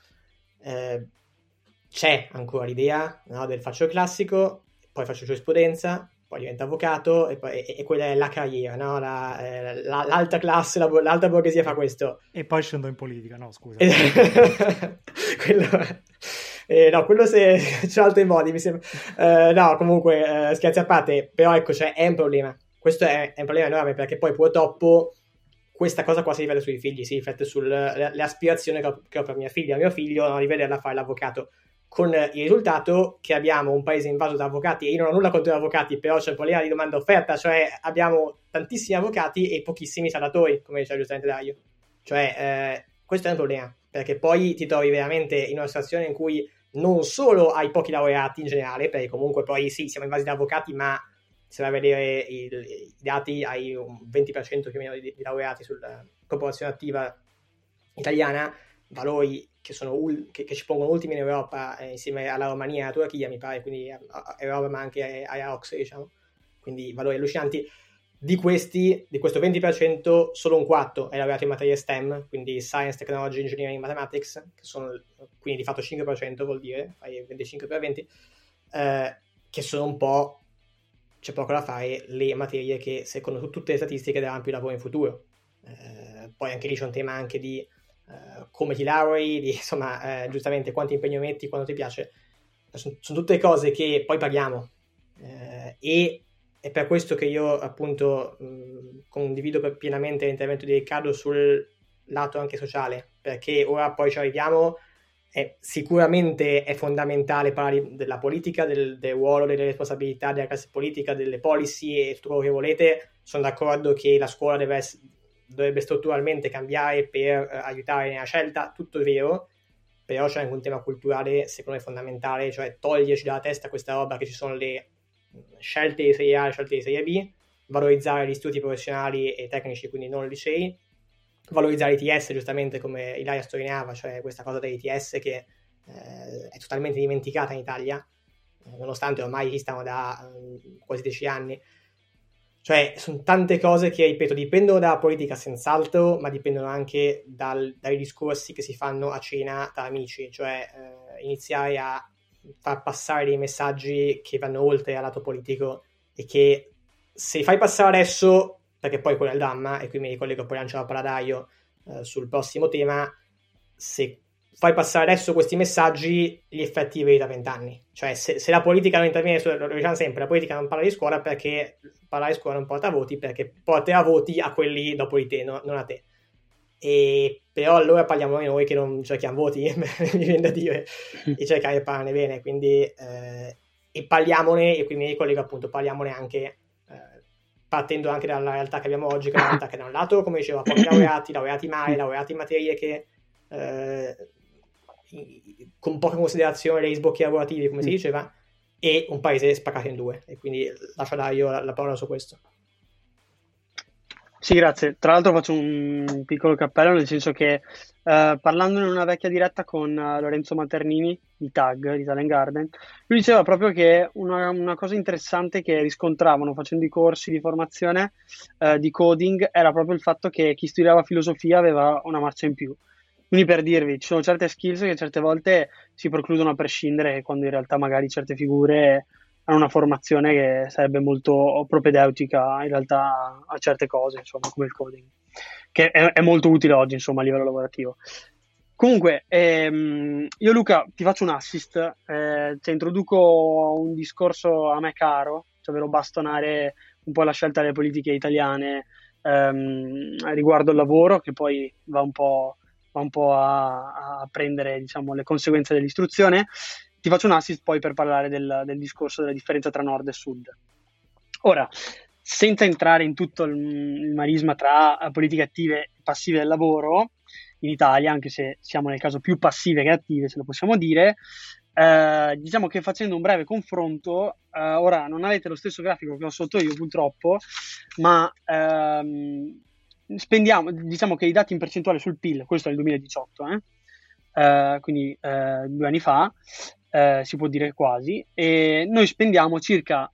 S2: C'è ancora l'idea, no, del faccio il classico, poi faccio giurisprudenza, poi divento avvocato e quella è la carriera, no? L'alta classe, l'alta borghesia fa questo.
S1: E poi scendo in politica, no scusa.
S2: Quello se c'è altri modi mi sembra. No, comunque scherzi a parte, però ecco, cioè, è un problema. Questo è un problema enorme perché poi purtroppo questa cosa qua si riflette sui figli, si riflette sulle aspirazioni che ho per mia figlia, mio figlio, no, di vederla fare l'avvocato, con il risultato che abbiamo un paese invaso da avvocati, e io non ho nulla contro gli avvocati, però c'è un problema di domanda offerta, cioè abbiamo tantissimi avvocati e pochissimi salatori, come diceva giustamente Dario. Cioè, questo è un problema, perché poi ti trovi veramente in una situazione in cui non solo hai pochi laureati in generale, perché comunque poi sì, siamo invasi da avvocati, ma se vai a vedere i dati hai un 20% più o meno di laureati sulla popolazione attiva italiana, valori che ci pongono ultimi in Europa, insieme alla Romania e alla Turchia, mi pare, quindi a Europa ma anche a OXE, diciamo, quindi valori allucinanti. Di questo 20%, solo un quarto è laureato in materie STEM, quindi Science, Technology, Engineering, Mathematics, che sono quindi di fatto 5%, vuol dire, fai 25 per 20, che sono un po', c'è poco da fare, le materie che secondo tutte le statistiche daranno più lavoro in futuro. Poi anche lì c'è un tema anche di come ti laurei, di insomma giustamente quanto impegno metti, quando ti piace. Sono tutte cose che poi paghiamo, e è per questo che io appunto condivido pienamente l'intervento di Riccardo sul lato anche sociale, perché ora poi ci arriviamo, sicuramente è fondamentale parlare della politica, del ruolo, delle responsabilità della classe politica, delle policy e tutto quello che volete. Sono d'accordo che la scuola dovrebbe strutturalmente cambiare per aiutare nella scelta, tutto è vero, però c'è anche un tema culturale secondo me fondamentale, cioè toglierci dalla testa questa roba che ci sono le scelte di serie A e scelte di serie B, valorizzare gli istituti professionali e tecnici, quindi non licei, valorizzare l'ITS, giustamente come Ilaria sottolineava, cioè questa cosa dell'ITS che è totalmente dimenticata in Italia, nonostante ormai esistano da quasi 10 anni. Cioè sono tante cose che, ripeto, dipendono dalla politica senz'altro, ma dipendono anche dai discorsi che si fanno a cena tra amici, cioè iniziare a far passare dei messaggi che vanno oltre al lato politico, e che se fai passare adesso, perché poi quello è il dramma, e qui mi ricollego poi lanciare la Dario sul prossimo tema, se fai passare adesso questi messaggi, gli effetti vedi da 20 anni. Cioè se la politica non interviene, lo diciamo sempre, la politica non parla di scuola perché parlare di scuola non porta voti, perché porterà voti a quelli dopo di te, non a te. E però allora parliamo noi che non cerchiamo voti, mi viene da dire, e cercare di parlarne bene, quindi e parliamone, e qui mi ricollego appunto, parliamone anche partendo anche dalla realtà che abbiamo oggi, che è una realtà che da un lato, come dicevo, pochi laureati male, laureati in materie che con poca considerazione degli sbocchi lavorativi, come si diceva, e un paese spaccato in due. E quindi lascio io la parola su questo.
S3: Sì, grazie. Tra l'altro faccio un piccolo cappello, nel senso che parlando in una vecchia diretta con Lorenzo Maternini di TAG, di Talent Garden, lui diceva proprio che una cosa interessante che riscontravano facendo i corsi di formazione di coding era proprio il fatto che chi studiava filosofia aveva una marcia in più. Quindi, per dirvi, ci sono certe skills che certe volte si precludono a prescindere, quando in realtà magari certe figure hanno una formazione che sarebbe molto propedeutica in realtà a certe cose, insomma, come il coding, che è molto utile oggi, insomma, a livello lavorativo. Comunque, io Luca ti faccio un assist, introduco un discorso a me caro, cioè ovvero bastonare un po' la scelta delle politiche italiane riguardo il lavoro, che poi va un po' a prendere, diciamo, le conseguenze dell'istruzione. Ti faccio un assist poi per parlare del discorso della differenza tra nord e sud. Ora, senza entrare in tutto il marisma tra politiche attive e passive del lavoro in Italia, anche se siamo nel caso più passive che attive, se lo possiamo dire, diciamo che facendo un breve confronto, ora non avete lo stesso grafico che ho sotto io purtroppo, ma spendiamo, diciamo che i dati in percentuale sul PIL, questo è il 2018, quindi 2 anni fa, si può dire quasi, e noi spendiamo circa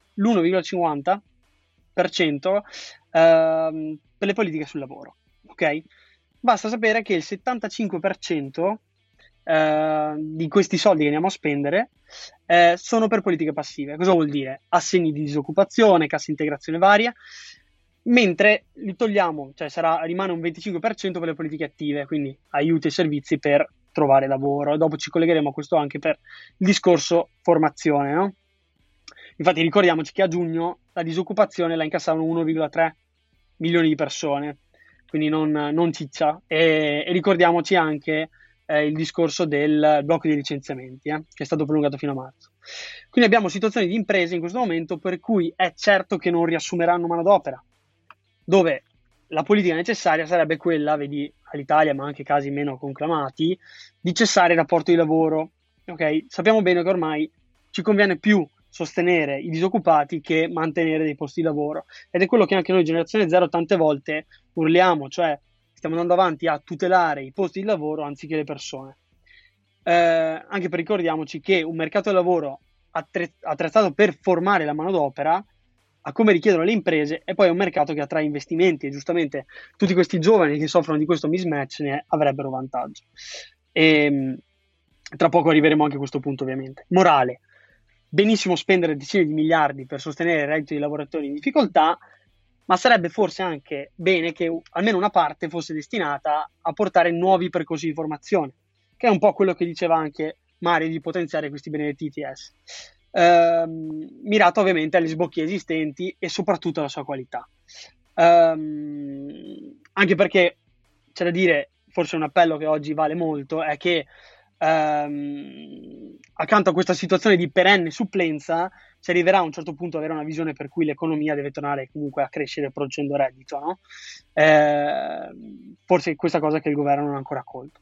S3: l'1,50% per le politiche sul lavoro, ok? Basta sapere che il 75% di questi soldi che andiamo a spendere sono per politiche passive. Cosa vuol dire? Assegni di disoccupazione, cassa integrazione varia, mentre li togliamo, cioè rimane un 25% per le politiche attive, quindi aiuti e servizi per trovare lavoro. Dopo ci collegheremo a questo anche per il discorso formazione, no? Infatti ricordiamoci che a giugno la disoccupazione la incassavano 1,3 milioni di persone, quindi non ciccia. E ricordiamoci anche il discorso del blocco di licenziamenti, che è stato prolungato fino a marzo. Quindi abbiamo situazioni di imprese in questo momento per cui è certo che non riassumeranno manodopera, dove la politica necessaria sarebbe quella, vedi all'Italia, ma anche casi meno conclamati, di cessare il rapporto di lavoro. Ok? Sappiamo bene che ormai ci conviene più sostenere i disoccupati che mantenere dei posti di lavoro, ed è quello che anche noi Generazione Zero tante volte urliamo, cioè stiamo andando avanti a tutelare i posti di lavoro anziché le persone. Anche per ricordiamoci che un mercato del lavoro attrezzato per formare la manodopera, a come richiedono le imprese, e poi è un mercato che attrae investimenti, e giustamente tutti questi giovani che soffrono di questo mismatch ne avrebbero vantaggio. E tra poco arriveremo anche a questo punto, ovviamente. Morale: benissimo spendere decine di miliardi per sostenere il reddito dei lavoratori in difficoltà, ma sarebbe forse anche bene che almeno una parte fosse destinata a portare nuovi percorsi di formazione, che è un po' quello che diceva anche Mario, di potenziare questi benedetti ITS, mirato ovviamente agli sbocchi esistenti e soprattutto alla sua qualità. Anche perché c'è da dire, forse un appello che oggi vale molto, è che accanto a questa situazione di perenne supplenza si arriverà a un certo punto ad avere una visione per cui l'economia deve tornare comunque a crescere producendo reddito, no? Forse questa cosa che il governo non ha ancora colto,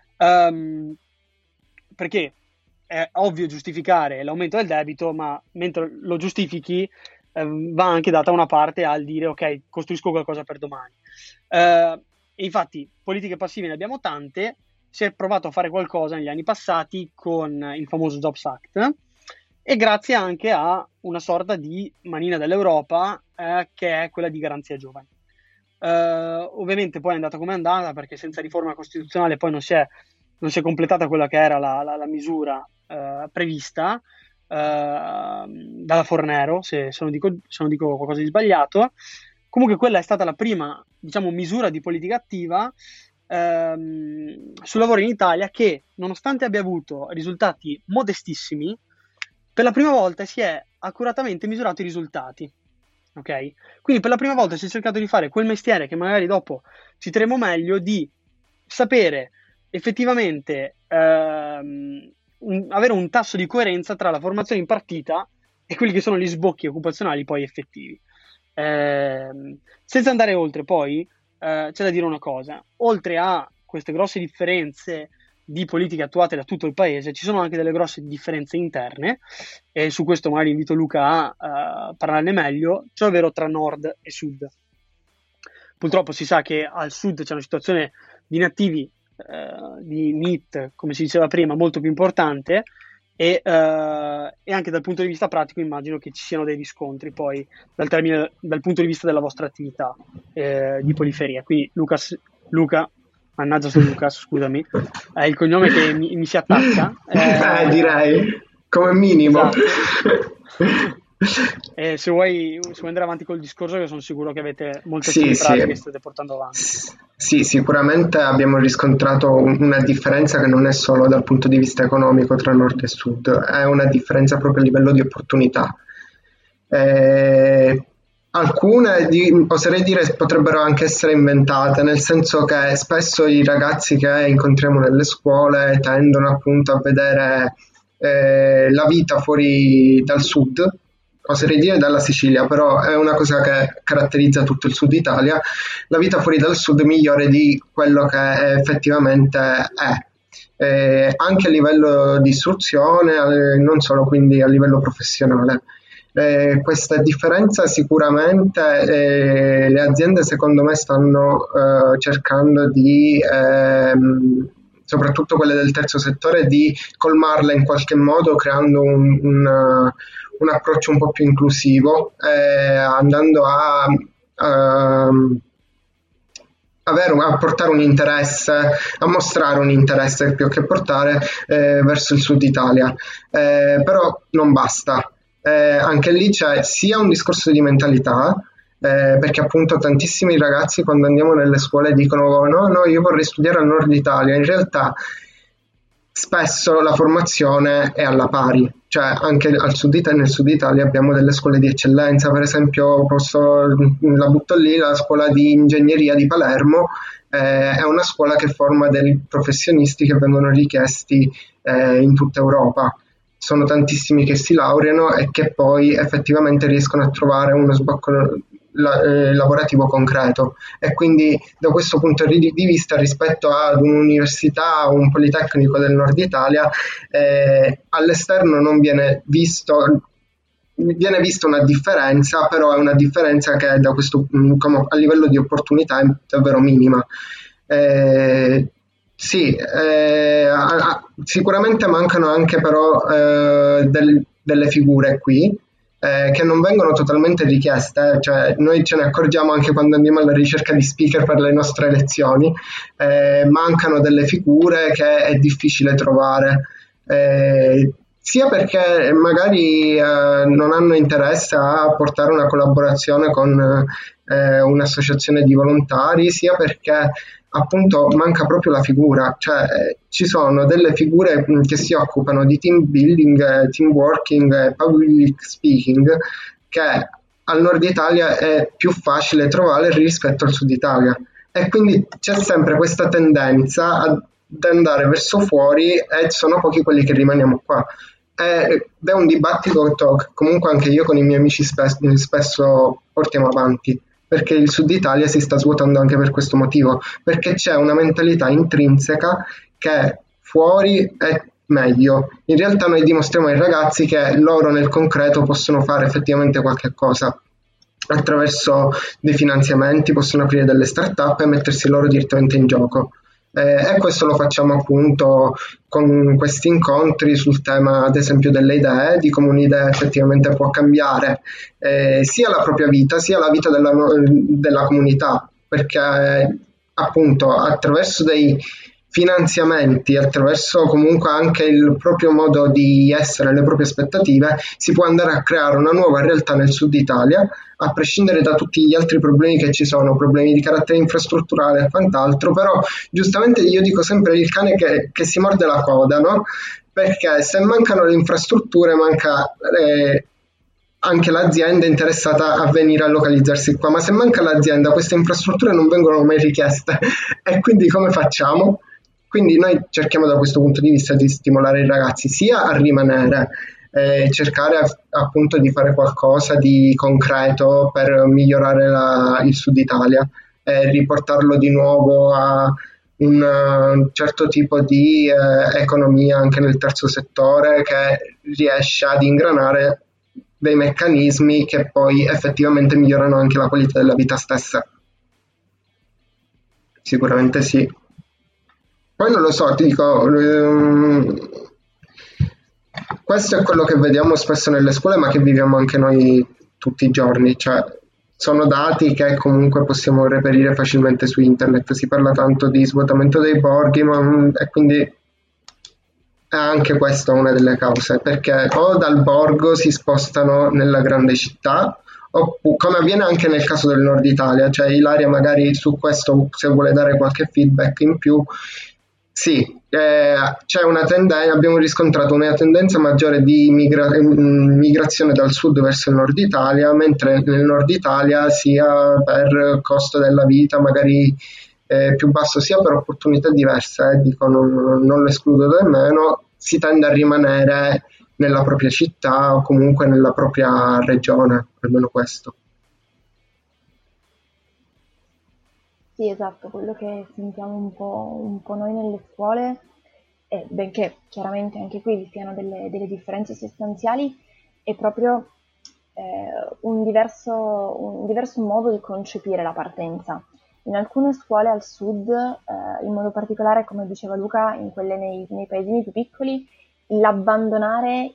S3: perché è ovvio giustificare l'aumento del debito, ma mentre lo giustifichi va anche data una parte al dire ok, costruisco qualcosa per domani. E infatti politiche passive ne abbiamo tante. Si è provato a fare qualcosa negli anni passati con il famoso Jobs Act, e grazie anche a una sorta di manina dell'Europa che è quella di garanzia giovani. Ovviamente poi è andata come è andata, perché senza riforma costituzionale poi non si è completata quella che era la misura prevista dalla Fornero, se non dico qualcosa di sbagliato. Comunque quella è stata la prima, diciamo, misura di politica attiva sul lavoro in Italia, che nonostante abbia avuto risultati modestissimi, per la prima volta si è accuratamente misurato i risultati. Ok? Quindi per la prima volta si è cercato di fare quel mestiere che magari dopo citeremo meglio, di sapere effettivamente avere un tasso di coerenza tra la formazione impartita e quelli che sono gli sbocchi occupazionali poi effettivi. Senza andare oltre, poi c'è da dire una cosa: oltre a queste grosse differenze di politiche attuate da tutto il paese, ci sono anche delle grosse differenze interne, e su questo magari invito Luca a parlarne meglio, cioè ovvero tra nord e sud. Purtroppo si sa che al sud c'è una situazione di inattivi, di NEET, come si diceva prima, molto più importante, e anche dal punto di vista pratico immagino che ci siano dei riscontri poi dal punto di vista della vostra attività di poliferia. Quindi Luca, mannaggia su Lucas, scusami, è il cognome che mi si attacca.
S5: Direi, come minimo.
S3: Esatto. Se vuoi andare avanti col discorso, che sono sicuro che avete molte pratiche che state portando avanti.
S5: Sì, sicuramente abbiamo riscontrato una differenza che non è solo dal punto di vista economico tra nord e sud, è una differenza proprio a livello di opportunità. Alcune, oserei dire, potrebbero anche essere inventate, nel senso che spesso i ragazzi che incontriamo nelle scuole tendono appunto a vedere la vita fuori dal sud, oserei dire dalla Sicilia, però è una cosa che caratterizza tutto il sud Italia, la vita fuori dal sud migliore di quello che effettivamente è, anche a livello di istruzione, non solo, quindi a livello professionale. Questa differenza sicuramente le aziende secondo me stanno cercando di, soprattutto quelle del terzo settore, di colmarla in qualche modo, creando un approccio un po' più inclusivo, andando a portare un interesse, a mostrare un interesse più che portare verso il sud Italia, però non basta. Anche lì c'è sia un discorso di mentalità, perché appunto tantissimi ragazzi quando andiamo nelle scuole dicono no, io vorrei studiare al nord Italia. In realtà spesso la formazione è alla pari, cioè anche nel sud Italia abbiamo delle scuole di eccellenza, per esempio la butto lì, la scuola di ingegneria di Palermo è una scuola che forma dei professionisti che vengono richiesti in tutta Europa. Sono tantissimi che si laureano e che poi effettivamente riescono a trovare uno sbocco lavorativo concreto, e quindi da questo punto di vista, rispetto ad un'università o un politecnico del nord Italia, all'esterno non viene vista una differenza, però è una differenza che a livello di opportunità è davvero minima. Sì, sicuramente mancano anche però delle figure qui che non vengono totalmente richieste, cioè noi ce ne accorgiamo anche quando andiamo alla ricerca di speaker per le nostre lezioni, mancano delle figure che è difficile trovare, sia perché magari non hanno interesse a portare una collaborazione con un'associazione di volontari, sia perché appunto manca proprio la figura, cioè ci sono delle figure che si occupano di team building, team working, public speaking, che al nord Italia è più facile trovare rispetto al sud Italia, e quindi c'è sempre questa tendenza ad andare verso fuori e sono pochi quelli che rimaniamo qua. Ed è un dibattito che comunque anche io con i miei amici spesso portiamo avanti, perché il sud Italia si sta svuotando anche per questo motivo, perché c'è una mentalità intrinseca che fuori è meglio. In realtà noi dimostriamo ai ragazzi che loro nel concreto possono fare effettivamente qualche cosa attraverso dei finanziamenti, possono aprire delle start-up e mettersi loro direttamente in gioco. E questo lo facciamo appunto con questi incontri sul tema, ad esempio, delle idee, di come un'idea effettivamente può cambiare sia la propria vita, sia la vita della comunità, perché appunto attraverso dei finanziamenti, attraverso comunque anche il proprio modo di essere, le proprie aspettative, si può andare a creare una nuova realtà nel sud Italia, a prescindere da tutti gli altri problemi che ci sono, problemi di carattere infrastrutturale e quant'altro. Però giustamente io dico sempre il cane che si morde la coda, no? Perché se mancano le infrastrutture manca anche l'azienda interessata a venire a localizzarsi qua, ma se manca l'azienda queste infrastrutture non vengono mai richieste e quindi come facciamo? Quindi noi cerchiamo da questo punto di vista di stimolare i ragazzi sia a rimanere, cercare appunto di fare qualcosa di concreto per migliorare il sud Italia e riportarlo di nuovo a un certo tipo di economia anche nel terzo settore, che riesce ad ingranare dei meccanismi che poi effettivamente migliorano anche la qualità della vita stessa. Sicuramente sì. Poi non lo so, ti dico, questo è quello che vediamo spesso nelle scuole, ma che viviamo anche noi tutti i giorni, cioè sono dati che comunque possiamo reperire facilmente su internet. Si parla tanto di svuotamento dei borghi, e quindi è anche questa una delle cause, perché o dal borgo si spostano nella grande città, come avviene anche nel caso del nord Italia, cioè Ilaria magari su questo, se vuole dare qualche feedback in più. Sì, c'è una tendenza, abbiamo riscontrato una tendenza maggiore di migrazione dal sud verso il nord Italia, mentre nel nord Italia sia per costo della vita magari più basso, sia per opportunità diverse, dico, non lo escludo nemmeno, si tende a rimanere nella propria città o comunque nella propria regione, almeno questo.
S4: Sì, esatto, quello che sentiamo un po' noi nelle scuole, benché chiaramente anche qui vi siano delle differenze sostanziali, è proprio un diverso modo di concepire la partenza. In alcune scuole al sud, in modo particolare, come diceva Luca, in quelle nei paesini più piccoli, l'abbandonare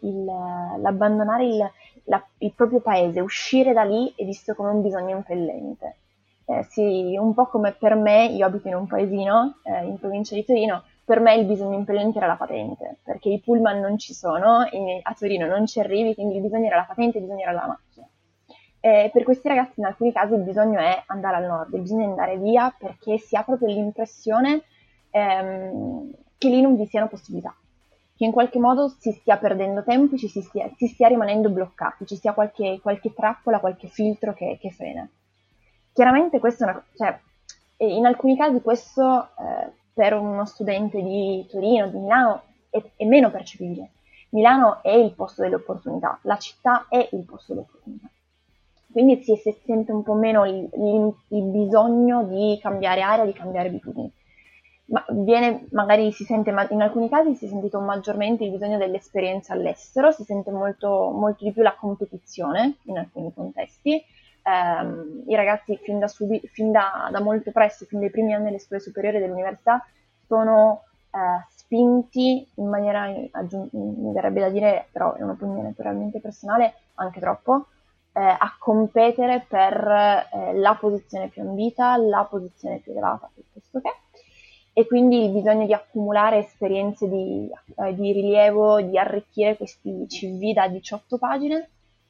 S4: il proprio paese, uscire da lì è visto come un bisogno impellente. Sì, un po' come per me, io abito in un paesino in provincia di Torino, per me il bisogno impellente era la patente, perché i pullman non ci sono, a Torino non ci arrivi, quindi il bisogno era la patente, il bisogno era la macchina. Per questi ragazzi in alcuni casi il bisogno è andare al nord, il bisogno è andare via, perché si ha proprio l'impressione che lì non vi siano possibilità. che in qualche modo si stia perdendo tempo, si stia rimanendo bloccati, ci sia qualche trappola, qualche filtro che frena. Chiaramente questo è cioè, in alcuni casi questo per uno studente di Torino, di Milano, è meno percepibile. Milano è il posto delle opportunità, la città è il posto delle opportunità. Quindi si sente un po' meno il bisogno di cambiare area, di cambiare abitudini. Ma magari si sente, in alcuni casi si è sentito maggiormente il bisogno dell'esperienza all'estero, si sente molto, molto di più la competizione in alcuni contesti. I ragazzi fin da molto presto, fin dai primi anni delle scuole superiori e dell'università, sono spinti in maniera, mi verrebbe da dire, però è un'opinione naturalmente personale, anche troppo, a competere per la posizione più ambita, la posizione più elevata, piuttosto che, e quindi il bisogno di accumulare esperienze di rilievo, di arricchire questi CV da 18 pagine,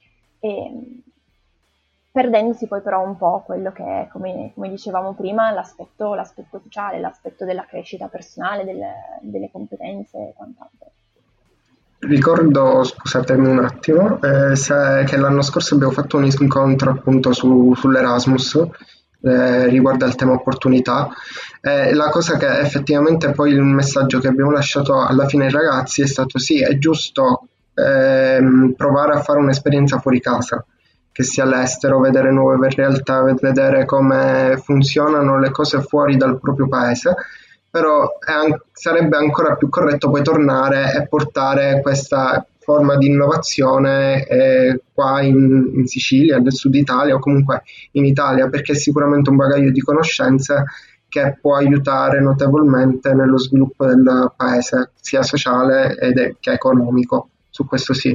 S4: perdendosi poi però un po' quello che è, come dicevamo prima, l'aspetto sociale, l'aspetto della crescita personale, delle competenze e quant'altro.
S5: Ricordo, scusatemi un attimo, che l'anno scorso abbiamo fatto un incontro appunto sull'Erasmus riguardo al tema opportunità. La cosa che effettivamente poi il messaggio che abbiamo lasciato alla fine ai ragazzi è stato: sì, è giusto provare a fare un'esperienza fuori casa, che sia all'estero, vedere nuove realtà, vedere come funzionano le cose fuori dal proprio paese, però sarebbe ancora più corretto poi tornare e portare questa forma di innovazione qua in Sicilia, nel sud Italia o comunque in Italia, perché è sicuramente un bagaglio di conoscenze che può aiutare notevolmente nello sviluppo del paese, sia sociale che economico. Su questo sì.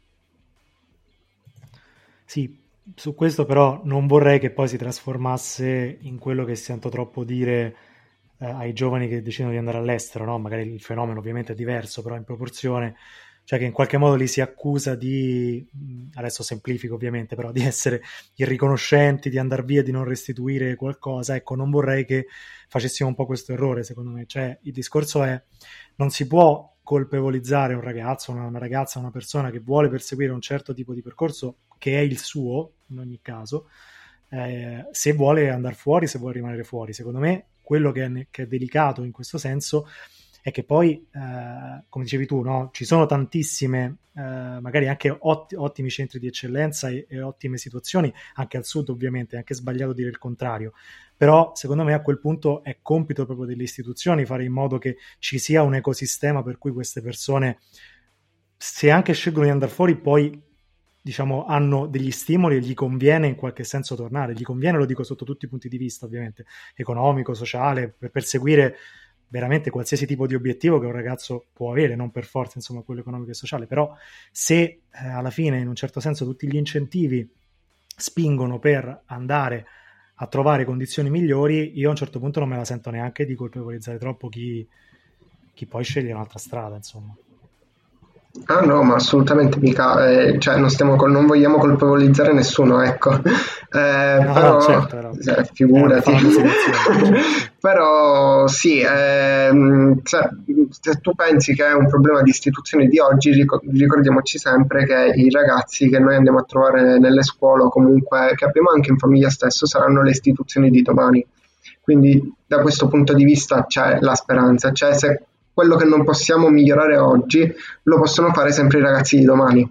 S1: Sì, su questo però non vorrei che poi si trasformasse in quello che sento troppo dire ai giovani che decidono di andare all'estero, no? Magari il fenomeno ovviamente è diverso, però in proporzione, cioè che in qualche modo li si accusa di, adesso semplifico ovviamente, però di essere irriconoscenti, di andare via, di non restituire qualcosa. Ecco, non vorrei che facessimo un po' questo errore, secondo me. Cioè, il discorso è: non si può colpevolizzare un ragazzo, una ragazza, una persona che vuole perseguire un certo tipo di percorso, che è il suo, in ogni caso, se vuole andare fuori, se vuole rimanere fuori. Secondo me quello che è delicato in questo senso è che poi, come dicevi tu, no? Ci sono tantissime, magari anche ottimi centri di eccellenza e ottime situazioni, anche al sud ovviamente, è anche sbagliato dire il contrario, però secondo me a quel punto è compito proprio delle istituzioni fare in modo che ci sia un ecosistema per cui queste persone, se anche scelgono di andare fuori, poi diciamo hanno degli stimoli e gli conviene in qualche senso tornare. Gli conviene, lo dico sotto tutti i punti di vista, ovviamente, economico, sociale, per perseguire veramente qualsiasi tipo di obiettivo che un ragazzo può avere, non per forza insomma quello economico e sociale. Però se alla fine in un certo senso tutti gli incentivi spingono per andare a trovare condizioni migliori, io a un certo punto non me la sento neanche di colpevolizzare troppo chi poi sceglie un'altra strada, insomma.
S5: Ah no, ma assolutamente mica, cioè non vogliamo colpevolizzare nessuno, ecco.
S1: No,
S5: però,
S1: no, certo, però
S5: figurati.
S1: Certo.
S5: Però sì, se tu pensi che è un problema di istituzioni di oggi, ricordiamoci sempre che i ragazzi che noi andiamo a trovare nelle scuole o comunque che abbiamo anche in famiglia stesso saranno le istituzioni di domani. Quindi da questo punto di vista c'è la speranza, cioè se quello che non possiamo migliorare oggi lo possono fare sempre i ragazzi di domani.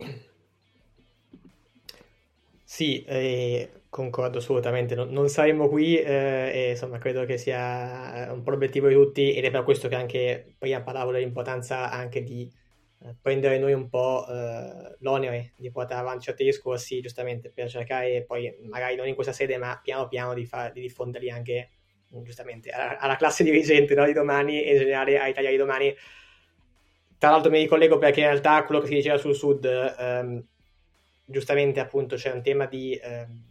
S2: Sì, concordo assolutamente, non saremmo qui e insomma credo che sia un po' l'obiettivo di tutti, ed è per questo che anche prima parlavo dell'importanza anche di prendere noi un po' l'onere di portare avanti certi discorsi, giustamente per cercare poi, magari non in questa sede, ma piano piano di diffonderli anche giustamente alla classe dirigente, no, di domani e in generale all'Italia di domani. Tra l'altro mi ricollego perché in realtà quello che si diceva sul sud, giustamente appunto c'è un tema di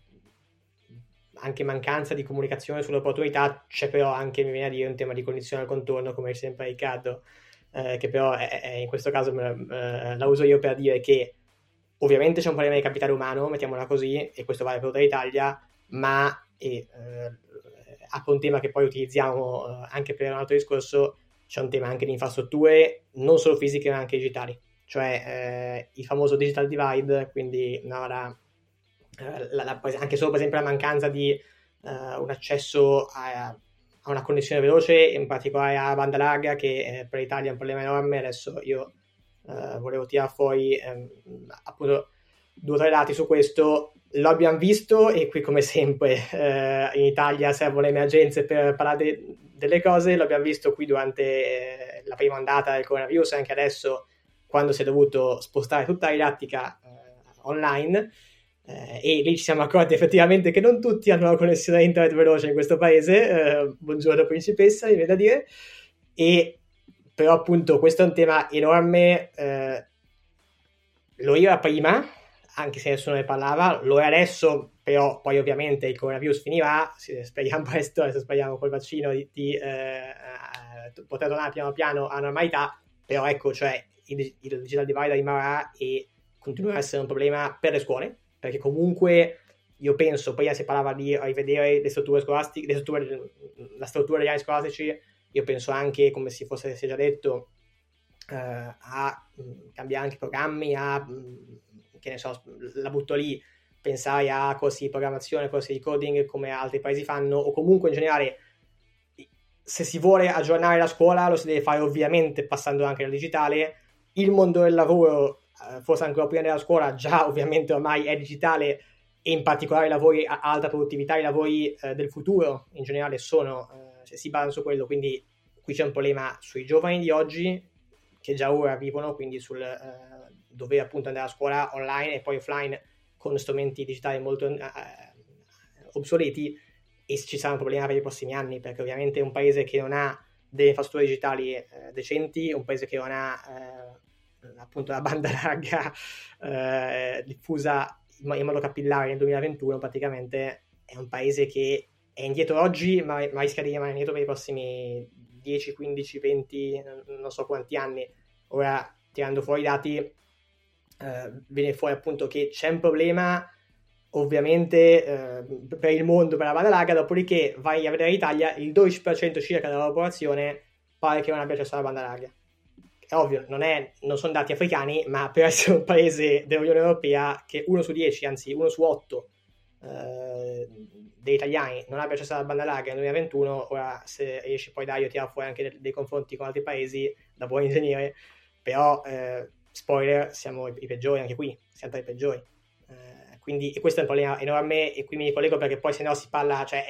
S2: anche mancanza di comunicazione sulle opportunità, c'è però anche, mi viene a dire, un tema di condizione al contorno, come dice sempre Riccardo, che però è in questo caso la uso io per dire che ovviamente c'è un problema di capitale umano, mettiamola così, e questo vale per tutta l'Italia, ma apro un tema che poi utilizziamo anche per un altro discorso, c'è un tema anche di infrastrutture, non solo fisiche ma anche digitali, cioè il famoso digital divide, quindi anche solo per esempio la mancanza di un accesso a una connessione veloce, in particolare a banda larga, che per l'Italia è un problema enorme. Adesso io volevo tirare fuori appunto 2 o 3 dati su questo. Lo abbiamo visto, e qui come sempre in Italia servono le emergenze per parlare delle cose. Lo abbiamo visto qui durante la prima ondata del coronavirus, anche adesso quando si è dovuto spostare tutta la didattica online, e lì ci siamo accorti effettivamente che non tutti hanno una connessione a internet veloce in questo paese. Buongiorno principessa, mi viene da dire. E però appunto questo è un tema enorme, lo era prima, anche se nessuno ne parlava, lo è adesso, però poi ovviamente il coronavirus finirà, speriamo presto, adesso speriamo col vaccino di poter tornare piano piano a normalità, però ecco, cioè il digital divide rimarrà e continuerà a essere un problema per le scuole, perché comunque io penso, prima si parlava di rivedere le strutture scolastiche, la struttura degli anni scolastici, io penso anche, come si è già detto, a cambiare anche i programmi, che ne so, la butto lì, pensare a corsi di programmazione, corsi di coding come altri paesi fanno, o comunque in generale, se si vuole aggiornare la scuola lo si deve fare ovviamente passando anche al digitale. Il mondo del lavoro, forse ancora prima della scuola, già ovviamente ormai è digitale, e in particolare i lavori a alta produttività, i lavori del futuro in generale si basano su quello, quindi qui c'è un problema sui giovani di oggi che già ora vivono, quindi sul dover appunto andare a scuola online e poi offline con strumenti digitali molto obsoleti, e ci sarà un problema per i prossimi anni, perché ovviamente un paese che non ha delle infrastrutture digitali decenti, un paese che non ha appunto la banda larga diffusa in modo capillare nel 2021, praticamente è un paese che è indietro oggi, ma rischia di rimanere indietro per i prossimi 10, 15, 20, non so quanti anni. Ora, tirando fuori i dati, viene fuori appunto che c'è un problema ovviamente per il mondo, per la banda larga, dopodiché vai a vedere l'Italia, il 12% circa della popolazione pare che non abbia accesso alla banda larga. È ovvio, non sono dati africani, ma per essere un paese dell'Unione Europea che 1 su 10, anzi 1 su 8 degli italiani non abbia accesso alla banda larga nel 2021, ora se riesci poi io tirare fuori anche dei confronti con altri paesi da buon ingegnere, però spoiler, siamo i peggiori anche qui, siamo tra i peggiori. Quindi e questo è un problema enorme, e qui mi ricollego perché poi se no si parla, cioè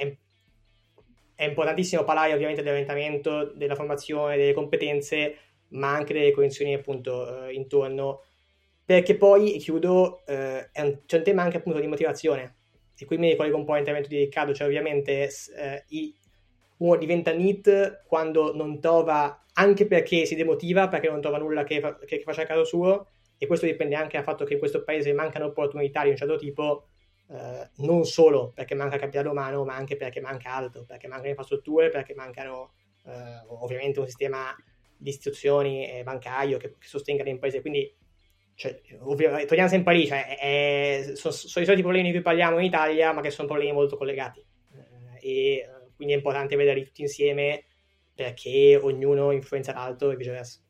S2: è importantissimo parlare ovviamente dell'orientamento, della formazione, delle competenze, ma anche delle condizioni appunto intorno, perché poi, e chiudo, c'è un tema anche appunto di motivazione, e qui mi ricollego un po' all'intervento di Riccardo, cioè ovviamente uno diventa NEET quando non trova, anche perché si demotiva, perché non trova nulla che faccia il caso suo, e questo dipende anche dal fatto che in questo paese mancano opportunità di un certo tipo, non solo perché manca capitale umano, ma anche perché manca altro, perché mancano infrastrutture, perché mancano ovviamente un sistema di istituzioni bancario che sostenga le imprese. Quindi torniamo sempre lì, cioè, sono i soliti problemi di cui parliamo in Italia, ma che sono problemi molto collegati, e quindi è importante vederli tutti insieme, perché ognuno influenza l'altro e viceversa.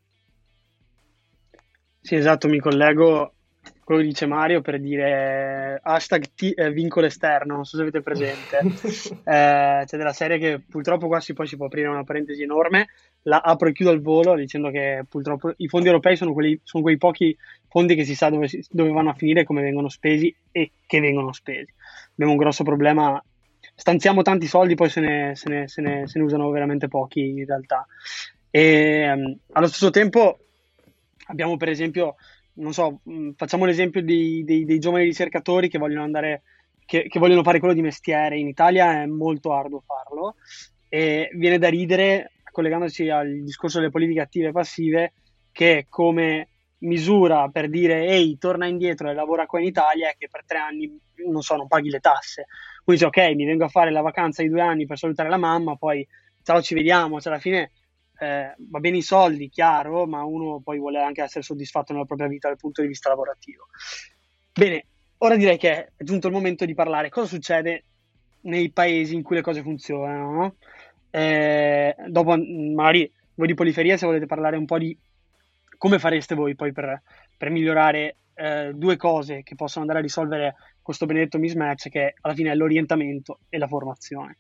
S3: Sì, esatto, mi collego a quello che dice Mario per dire vincolo esterno, non so se avete presente. C'è della serie che purtroppo qua poi si può aprire una parentesi enorme, la apro e chiudo al volo dicendo che purtroppo i fondi europei sono quei pochi fondi che si sa dove vanno a finire, come vengono spesi e che vengono spesi. Abbiamo un grosso problema, stanziamo tanti soldi, poi se ne usano veramente pochi in realtà. E allo stesso tempo abbiamo per esempio, non so, facciamo l'esempio dei giovani ricercatori che vogliono andare, che vogliono fare quello di mestiere. In Italia è molto arduo farlo, e viene da ridere, collegandosi al discorso delle politiche attive e passive, che come misura per dire ehi, torna indietro e lavora qua in Italia, è che per 3 anni, non so, non paghi le tasse. Quindi dici, ok, mi vengo a fare la vacanza di 2 anni per salutare la mamma, poi ciao, ci vediamo, cioè alla fine va bene i soldi, chiaro, ma uno poi vuole anche essere soddisfatto nella propria vita dal punto di vista lavorativo. Bene, ora direi che è giunto il momento di parlare cosa succede nei paesi in cui le cose funzionano, no? Dopo magari voi di Poliferia, se volete parlare un po' di come fareste voi poi per migliorare due cose che possono andare a risolvere questo benedetto mismatch, che alla fine è l'orientamento e la formazione.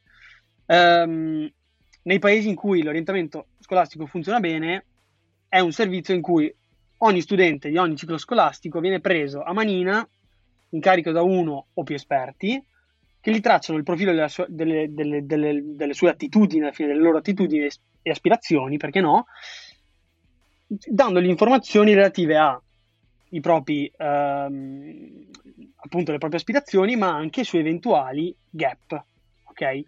S3: Nei paesi in cui l'orientamento scolastico funziona bene, è un servizio in cui ogni studente di ogni ciclo scolastico viene preso a manina, in carico da uno o più esperti, che gli tracciano il profilo delle sue attitudini, alla fine delle loro attitudini e aspirazioni, perché no, dandogli informazioni relative a i propri, appunto, le proprie aspirazioni, ma anche su eventuali gap, ok?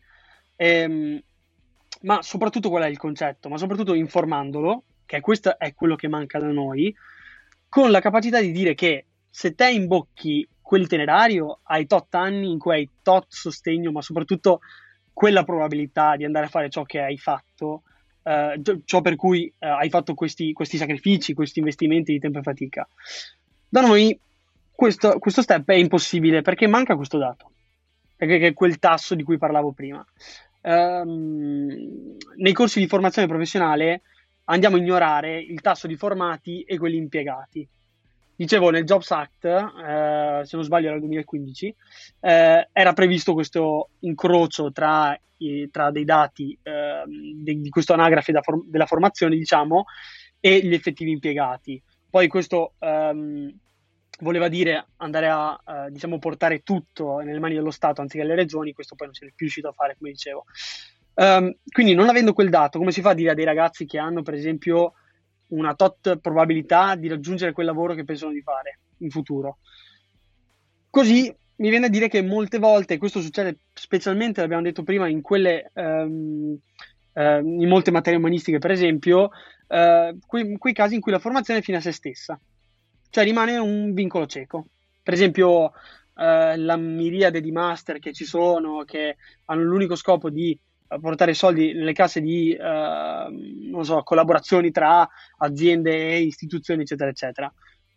S3: Ma soprattutto qual è il concetto? Ma soprattutto informandolo, che questo è quello che manca da noi, con la capacità di dire che se te imbocchi quell'itinerario hai tot anni in cui hai tot sostegno, ma soprattutto quella probabilità di andare a fare ciò che hai fatto, ciò per cui hai fatto questi sacrifici, questi investimenti di tempo e fatica. Da noi questo step è impossibile perché manca questo dato, perché è quel tasso di cui parlavo prima. Nei corsi di formazione professionale andiamo a ignorare il tasso di formati e quelli impiegati. Dicevo, nel Jobs Act, se non sbaglio era il 2015, era previsto questo incrocio tra dei dati di questo anagrafe della formazione, diciamo, e gli effettivi impiegati. Poi questo voleva dire andare a diciamo, portare tutto nelle mani dello Stato anziché alle regioni, questo poi non si è più riuscito a fare, come dicevo. Quindi non avendo quel dato, come si fa a dire a dei ragazzi che hanno, per esempio, una tot probabilità di raggiungere quel lavoro che pensano di fare in futuro? Così mi viene a dire che molte volte, questo succede specialmente, l'abbiamo detto prima, in molte materie umanistiche, per esempio, quei casi in cui la formazione è fine a se stessa, cioè rimane un vincolo cieco. Per esempio, la miriade di master che ci sono, che hanno l'unico scopo di portare soldi nelle casse di non so, collaborazioni tra aziende e istituzioni, eccetera, eccetera.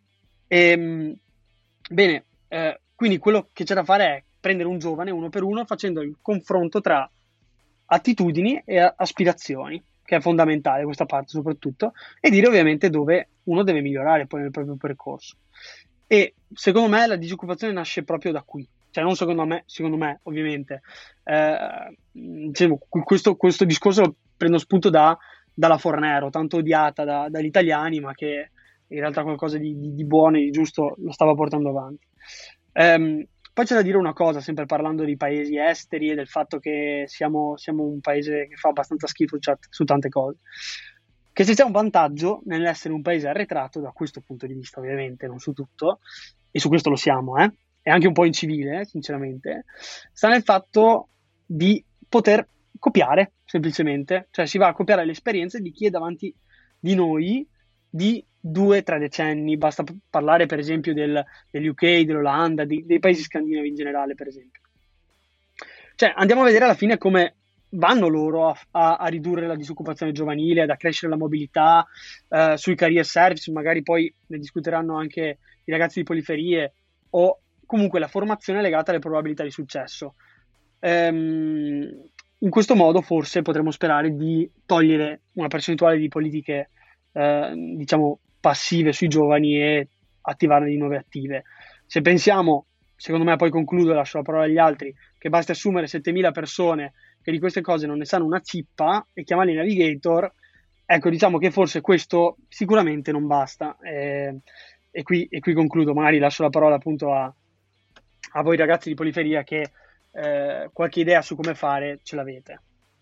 S3: Bene, quindi quello che c'è da fare è prendere un giovane uno per uno, facendo il confronto tra attitudini e aspirazioni, che è fondamentale questa parte soprattutto, e dire ovviamente dove uno deve migliorare poi nel proprio percorso. E secondo me la disoccupazione nasce proprio da qui, cioè non secondo me ovviamente. Diciamo, questo discorso lo prendo spunto dalla Fornero, tanto odiata dagli italiani, ma che in realtà qualcosa di buono e di giusto lo stava portando avanti. Poi c'è da dire una cosa, sempre parlando di paesi esteri e del fatto che siamo un paese che fa abbastanza schifo su tante cose, che se c'è un vantaggio nell'essere un paese arretrato da questo punto di vista, ovviamente, non su tutto, e su questo lo siamo, e anche un po' incivile, sinceramente, sta nel fatto di poter copiare, semplicemente, cioè si va a copiare le esperienze di chi è davanti di noi di 2-3 decenni, basta parlare per esempio degli UK, dell'Olanda, dei paesi scandinavi in generale, per esempio. Cioè andiamo a vedere alla fine come vanno loro a ridurre la disoccupazione giovanile, ad accrescere la mobilità, sui career service, magari poi ne discuteranno anche i ragazzi di Poliferie, o comunque la formazione legata alle probabilità di successo. In questo modo forse potremo sperare di togliere una percentuale di politiche diciamo passive sui giovani e attivarne di nuove attive. Se pensiamo, secondo me, poi concludo e lascio la parola agli altri, che basta assumere 7.000 persone che di queste cose non ne sanno una cippa e chiamarli navigator, ecco, diciamo che forse questo sicuramente non basta. E qui concludo, magari lascio la parola appunto a voi ragazzi di Poliferia che qualche idea su come fare ce l'avete.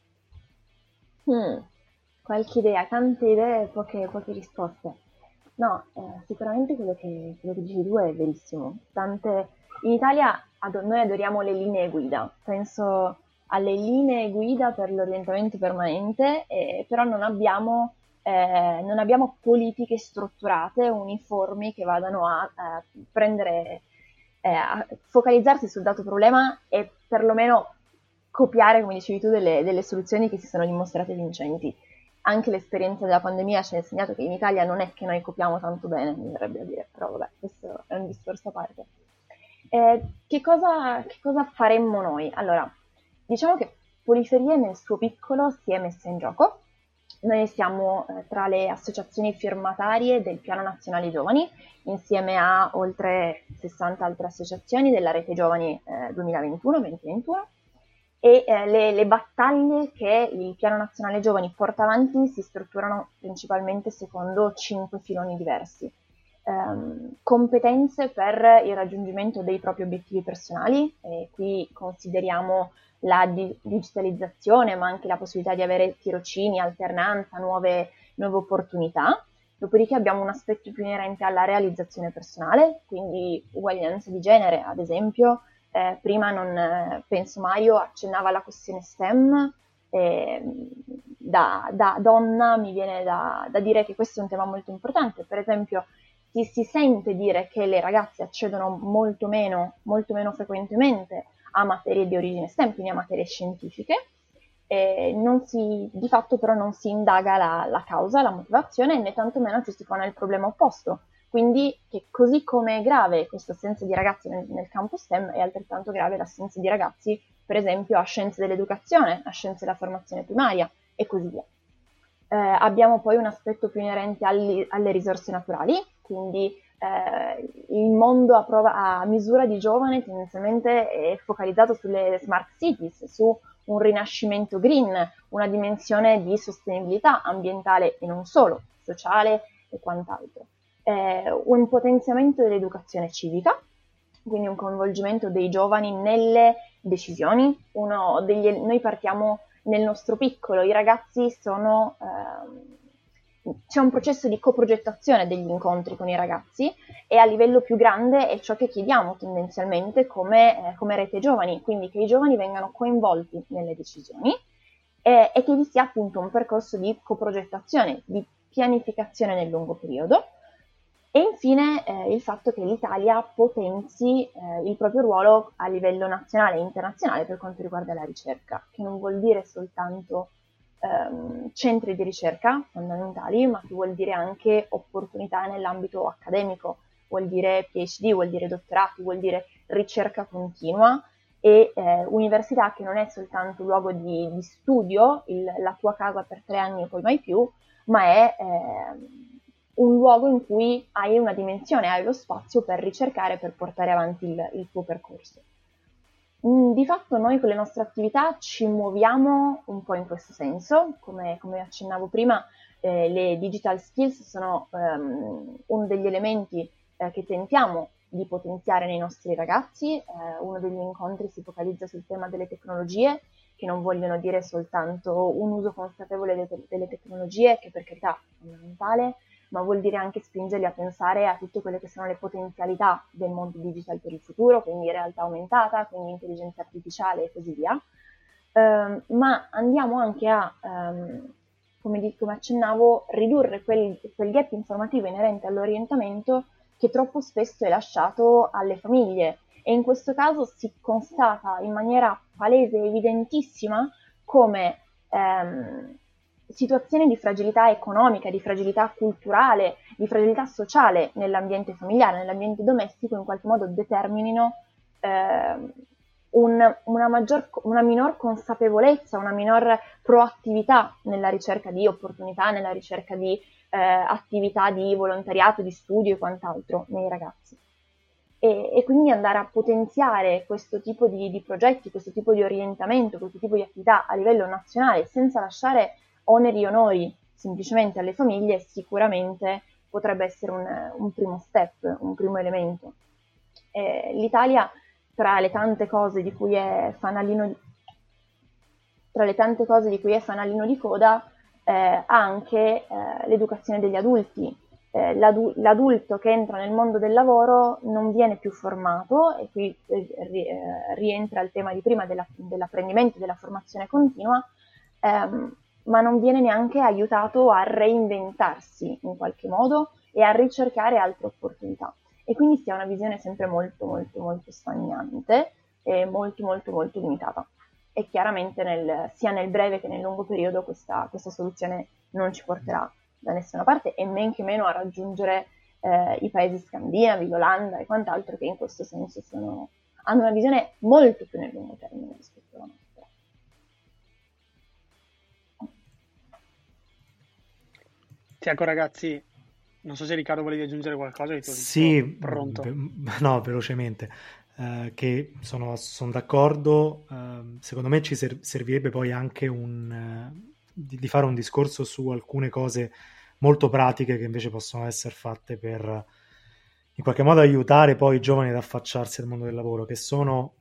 S4: Qualche idea, tante idee, poche risposte. No, sicuramente quello che dici tu è verissimo. In Italia noi adoriamo le linee guida, penso alle linee guida per l'orientamento permanente, però non abbiamo politiche strutturate, uniformi, che vadano a prendere, a focalizzarsi sul dato problema e perlomeno copiare, come dicevi tu, delle soluzioni che si sono dimostrate vincenti. Anche l'esperienza della pandemia ci ha insegnato che in Italia non è che noi copiamo tanto bene, mi verrebbe a dire, però vabbè, questo è un discorso a parte. Che cosa faremmo noi? Allora, diciamo che Poliferie nel suo piccolo si è messa in gioco Noi siamo tra le associazioni firmatarie del Piano Nazionale Giovani, insieme a oltre 60 altre associazioni della Rete Giovani 2021-2021, e le battaglie che il Piano Nazionale Giovani porta avanti si strutturano principalmente secondo 5 filoni diversi. Competenze per il raggiungimento dei propri obiettivi personali, e qui consideriamo la digitalizzazione, ma anche la possibilità di avere tirocini, alternanza, nuove opportunità. Dopodiché abbiamo un aspetto più inerente alla realizzazione personale, quindi uguaglianza di genere, ad esempio. Prima penso Mario accennava alla questione STEM, da donna mi viene da dire che questo è un tema molto importante. Per esempio, si sente dire che le ragazze accedono molto meno frequentemente a materie di origine STEM, quindi a materie scientifiche, di fatto però non si indaga la causa, la motivazione, né tantomeno ci si pone il problema opposto. Quindi che così come è grave questa assenza di ragazzi nel campo STEM, è altrettanto grave l'assenza di ragazzi, per esempio, a scienze dell'educazione, a scienze della formazione primaria e così via. Abbiamo poi un aspetto più inerente alle risorse naturali, quindi il mondo a misura di giovane tendenzialmente è focalizzato sulle smart cities, su un rinascimento green, una dimensione di sostenibilità ambientale e non solo, sociale e quant'altro. Un potenziamento dell'educazione civica, quindi un coinvolgimento dei giovani nelle decisioni. Noi partiamo nel nostro piccolo, i ragazzi c'è un processo di coprogettazione degli incontri con i ragazzi, e a livello più grande è ciò che chiediamo tendenzialmente come Rete Giovani, quindi che i giovani vengano coinvolti nelle decisioni e che vi sia appunto un percorso di coprogettazione, di pianificazione nel lungo periodo. E infine il fatto che l'Italia potenzi il proprio ruolo a livello nazionale e internazionale per quanto riguarda la ricerca, che non vuol dire soltanto centri di ricerca fondamentali, ma che vuol dire anche opportunità nell'ambito accademico, vuol dire PhD, vuol dire dottorati, vuol dire ricerca continua e università che non è soltanto un luogo di studio, la tua casa per 3 anni e poi mai più, ma è un luogo in cui hai una dimensione, hai lo spazio per ricercare, per portare avanti il tuo percorso. Di fatto noi con le nostre attività ci muoviamo un po' in questo senso, come accennavo prima, le digital skills sono uno degli elementi che tentiamo di potenziare nei nostri ragazzi. Uno degli incontri si focalizza sul tema delle tecnologie, che non vogliono dire soltanto un uso consapevole delle tecnologie, che per carità è fondamentale, ma vuol dire anche spingerli a pensare a tutte quelle che sono le potenzialità del mondo digital per il futuro, quindi realtà aumentata, quindi intelligenza artificiale e così via. Ma andiamo anche a, come accennavo, ridurre quel gap informativo inerente all'orientamento che troppo spesso è lasciato alle famiglie, e in questo caso si constata in maniera palese e evidentissima come situazioni di fragilità economica, di fragilità culturale, di fragilità sociale nell'ambiente familiare, nell'ambiente domestico, in qualche modo determinino una minor consapevolezza, una minor proattività nella ricerca di opportunità, nella ricerca di attività di volontariato, di studio e quant'altro nei ragazzi. E quindi andare a potenziare questo tipo di progetti, questo tipo di orientamento, questo tipo di attività a livello nazionale, senza lasciare oneri e onori semplicemente alle famiglie, sicuramente potrebbe essere un primo step, un primo elemento. L'Italia, tra le tante cose di cui è fanalino di coda, ha anche l'educazione degli adulti. L'adulto che entra nel mondo del lavoro non viene più formato, e qui rientra il tema di prima dell'apprendimento, della formazione continua, ma non viene neanche aiutato a reinventarsi in qualche modo e a ricercare altre opportunità. E quindi si ha una visione sempre molto, molto, molto stagnante e molto, molto, molto limitata. E chiaramente sia nel breve che nel lungo periodo questa soluzione non ci porterà da nessuna parte, e men che meno a raggiungere i paesi scandinavi, l'Olanda e quant'altro, che in questo senso hanno una visione molto più nel lungo termine rispetto alla nostra.
S3: Ecco ragazzi, non so se Riccardo volevi aggiungere qualcosa, di
S1: Sì,
S3: pronto.
S1: no, velocemente, che sono d'accordo. Secondo me ci servirebbe poi anche di fare un discorso su alcune cose molto pratiche che invece possono essere fatte per in qualche modo aiutare poi i giovani ad affacciarsi al mondo del lavoro, che sono,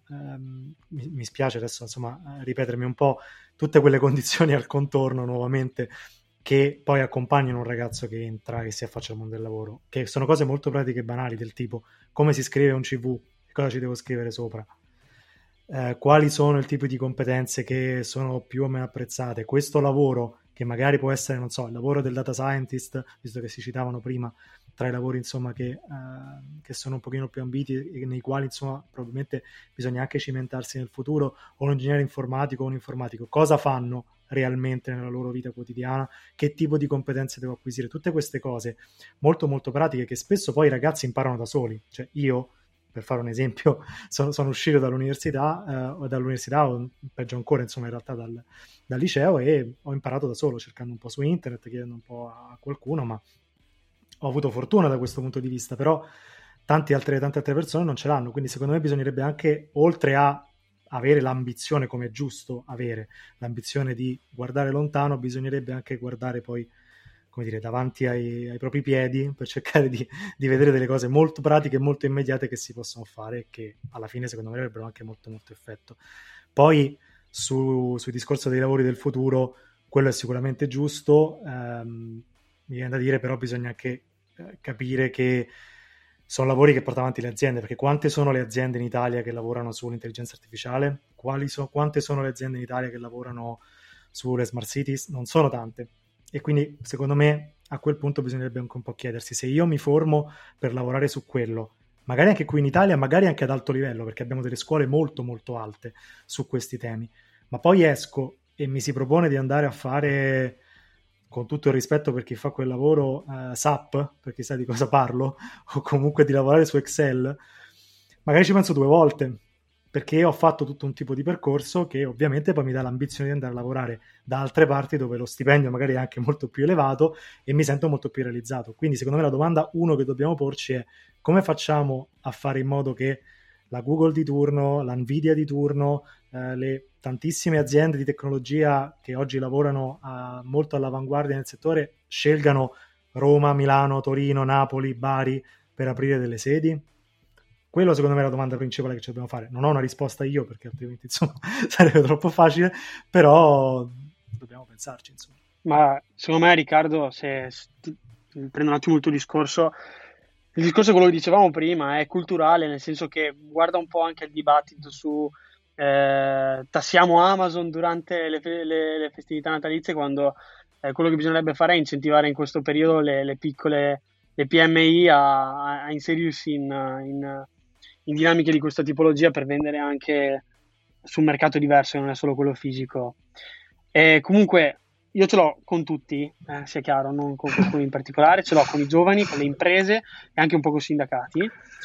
S1: mi spiace adesso insomma ripetermi un po', tutte quelle condizioni al contorno nuovamente che poi accompagnano un ragazzo che entra e si affaccia al mondo del lavoro, che sono cose molto pratiche e banali, del tipo come si scrive un CV, cosa ci devo scrivere sopra, quali sono il tipo di competenze che sono più o meno apprezzate, questo lavoro che magari può essere, non so, il lavoro del data scientist, visto che si citavano prima, tra i lavori insomma che sono un pochino più ambiti e nei quali insomma probabilmente bisogna anche cimentarsi nel futuro, o un ingegnere informatico o un informatico, cosa fanno realmente nella loro vita quotidiana, che tipo di competenze devo acquisire, tutte queste cose molto molto pratiche che spesso poi i ragazzi imparano da soli. Cioè io, per fare un esempio, sono uscito dall'università o peggio ancora insomma in realtà dal liceo, e ho imparato da solo cercando un po' su internet, chiedendo un po' a qualcuno, ma ho avuto fortuna da questo punto di vista. Però tante altre persone non ce l'hanno, quindi secondo me bisognerebbe anche, oltre a avere l'ambizione, come è giusto avere l'ambizione di guardare lontano, bisognerebbe anche guardare poi, come dire, davanti ai propri piedi, per cercare di vedere delle cose molto pratiche e molto immediate che si possono fare e che alla fine secondo me avrebbero anche molto molto effetto. Poi sul discorso dei lavori del futuro, quello è sicuramente giusto, mi viene da dire però bisogna anche capire che sono lavori che portano avanti le aziende, perché quante sono le aziende in Italia che lavorano sull'intelligenza artificiale? Quante sono le aziende in Italia che lavorano sulle smart cities? Non sono tante. E quindi secondo me a quel punto bisognerebbe anche un po' chiedersi, se io mi formo per lavorare su quello, magari anche qui in Italia, magari anche ad alto livello, perché abbiamo delle scuole molto molto alte su questi temi, ma poi esco e mi si propone di andare a fare, con tutto il rispetto per chi fa quel lavoro, SAP, perché sai di cosa parlo, o comunque di lavorare su Excel, magari ci penso 2 volte, perché ho fatto tutto un tipo di percorso che ovviamente poi mi dà l'ambizione di andare a lavorare da altre parti dove lo stipendio magari è anche molto più elevato e mi sento molto più realizzato. Quindi secondo me la domanda che dobbiamo porci è: come facciamo a fare in modo che la Google di turno, la Nvidia di turno, le tantissime aziende di tecnologia che oggi lavorano molto all'avanguardia nel settore scelgano Roma, Milano, Torino, Napoli, Bari per aprire delle sedi? Quello secondo me è la domanda principale che ci dobbiamo fare. Non ho una risposta io, perché altrimenti insomma sarebbe troppo facile, però dobbiamo pensarci insomma.
S3: Ma secondo me, Riccardo, se prendo un attimo il tuo discorso, il discorso è quello che dicevamo prima, è culturale, nel senso che guarda un po' anche il dibattito su tassiamo Amazon durante le festività natalizie, quando quello che bisognerebbe fare è incentivare in questo periodo le piccole, le PMI a inserirsi in dinamiche di questa tipologia per vendere anche su un mercato diverso, che non è solo quello fisico. E comunque io ce l'ho con tutti, sia chiaro, non con qualcuno in particolare, ce l'ho con i giovani, con le imprese e anche un po' con i sindacati.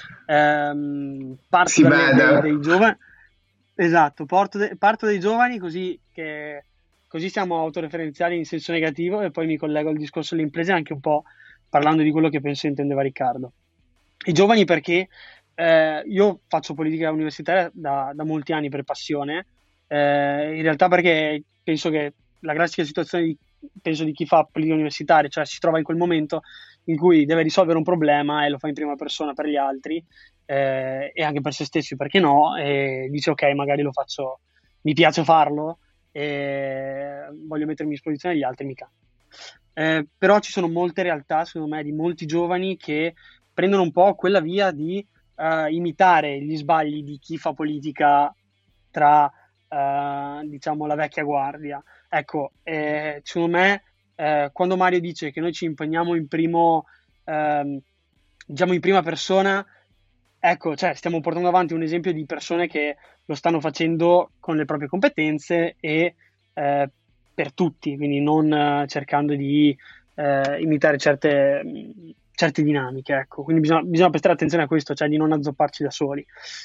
S3: Parto
S5: Si vede.
S3: dei giovani, esatto, parto dai giovani così siamo autoreferenziali in senso negativo, e poi mi collego al discorso delle imprese anche un po' parlando di quello che penso intendeva Riccardo. I giovani perché io faccio politica universitaria da molti anni per passione, in realtà perché penso che la classica situazione di chi fa politica universitaria, cioè si trova in quel momento in cui deve risolvere un problema e lo fa in prima persona per gli altri, e anche per se stessi, perché no, e dice ok, magari lo faccio, mi piace farlo e voglio mettermi in disposizione degli altri, mica. Però ci sono molte realtà, secondo me, di molti giovani che prendono un po' quella via di imitare gli sbagli di chi fa politica tra diciamo la vecchia guardia. Ecco, secondo me quando Mario dice che noi ci impegniamo diciamo in prima persona, ecco, cioè stiamo portando avanti un esempio di persone che lo stanno facendo con le proprie competenze e per tutti, quindi non cercando di imitare certe dinamiche, ecco. Quindi bisogna prestare attenzione a questo, cioè di non azzopparci da soli.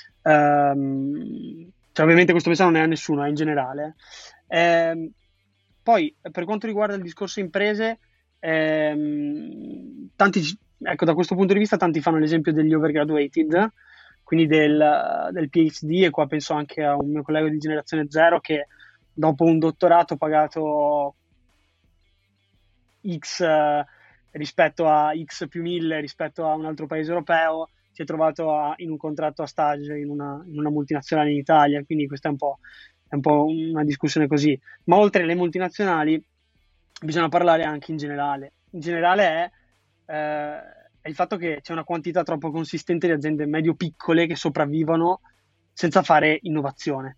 S3: Cioè, ovviamente questo messaggio non è a nessuno, è in generale. Poi, per quanto riguarda il discorso imprese, ecco, da questo punto di vista tanti fanno l'esempio degli overgraduated, quindi del PhD, e qua penso anche a un mio collega di generazione zero che dopo un dottorato pagato X rispetto a X più 1000 rispetto a un altro paese europeo, si è trovato in un contratto a stage in una multinazionale in Italia, quindi questa è un po' una discussione così. Ma oltre alle multinazionali bisogna parlare anche in generale. In generale è il fatto che c'è una quantità troppo consistente di aziende medio-piccole che sopravvivono senza fare innovazione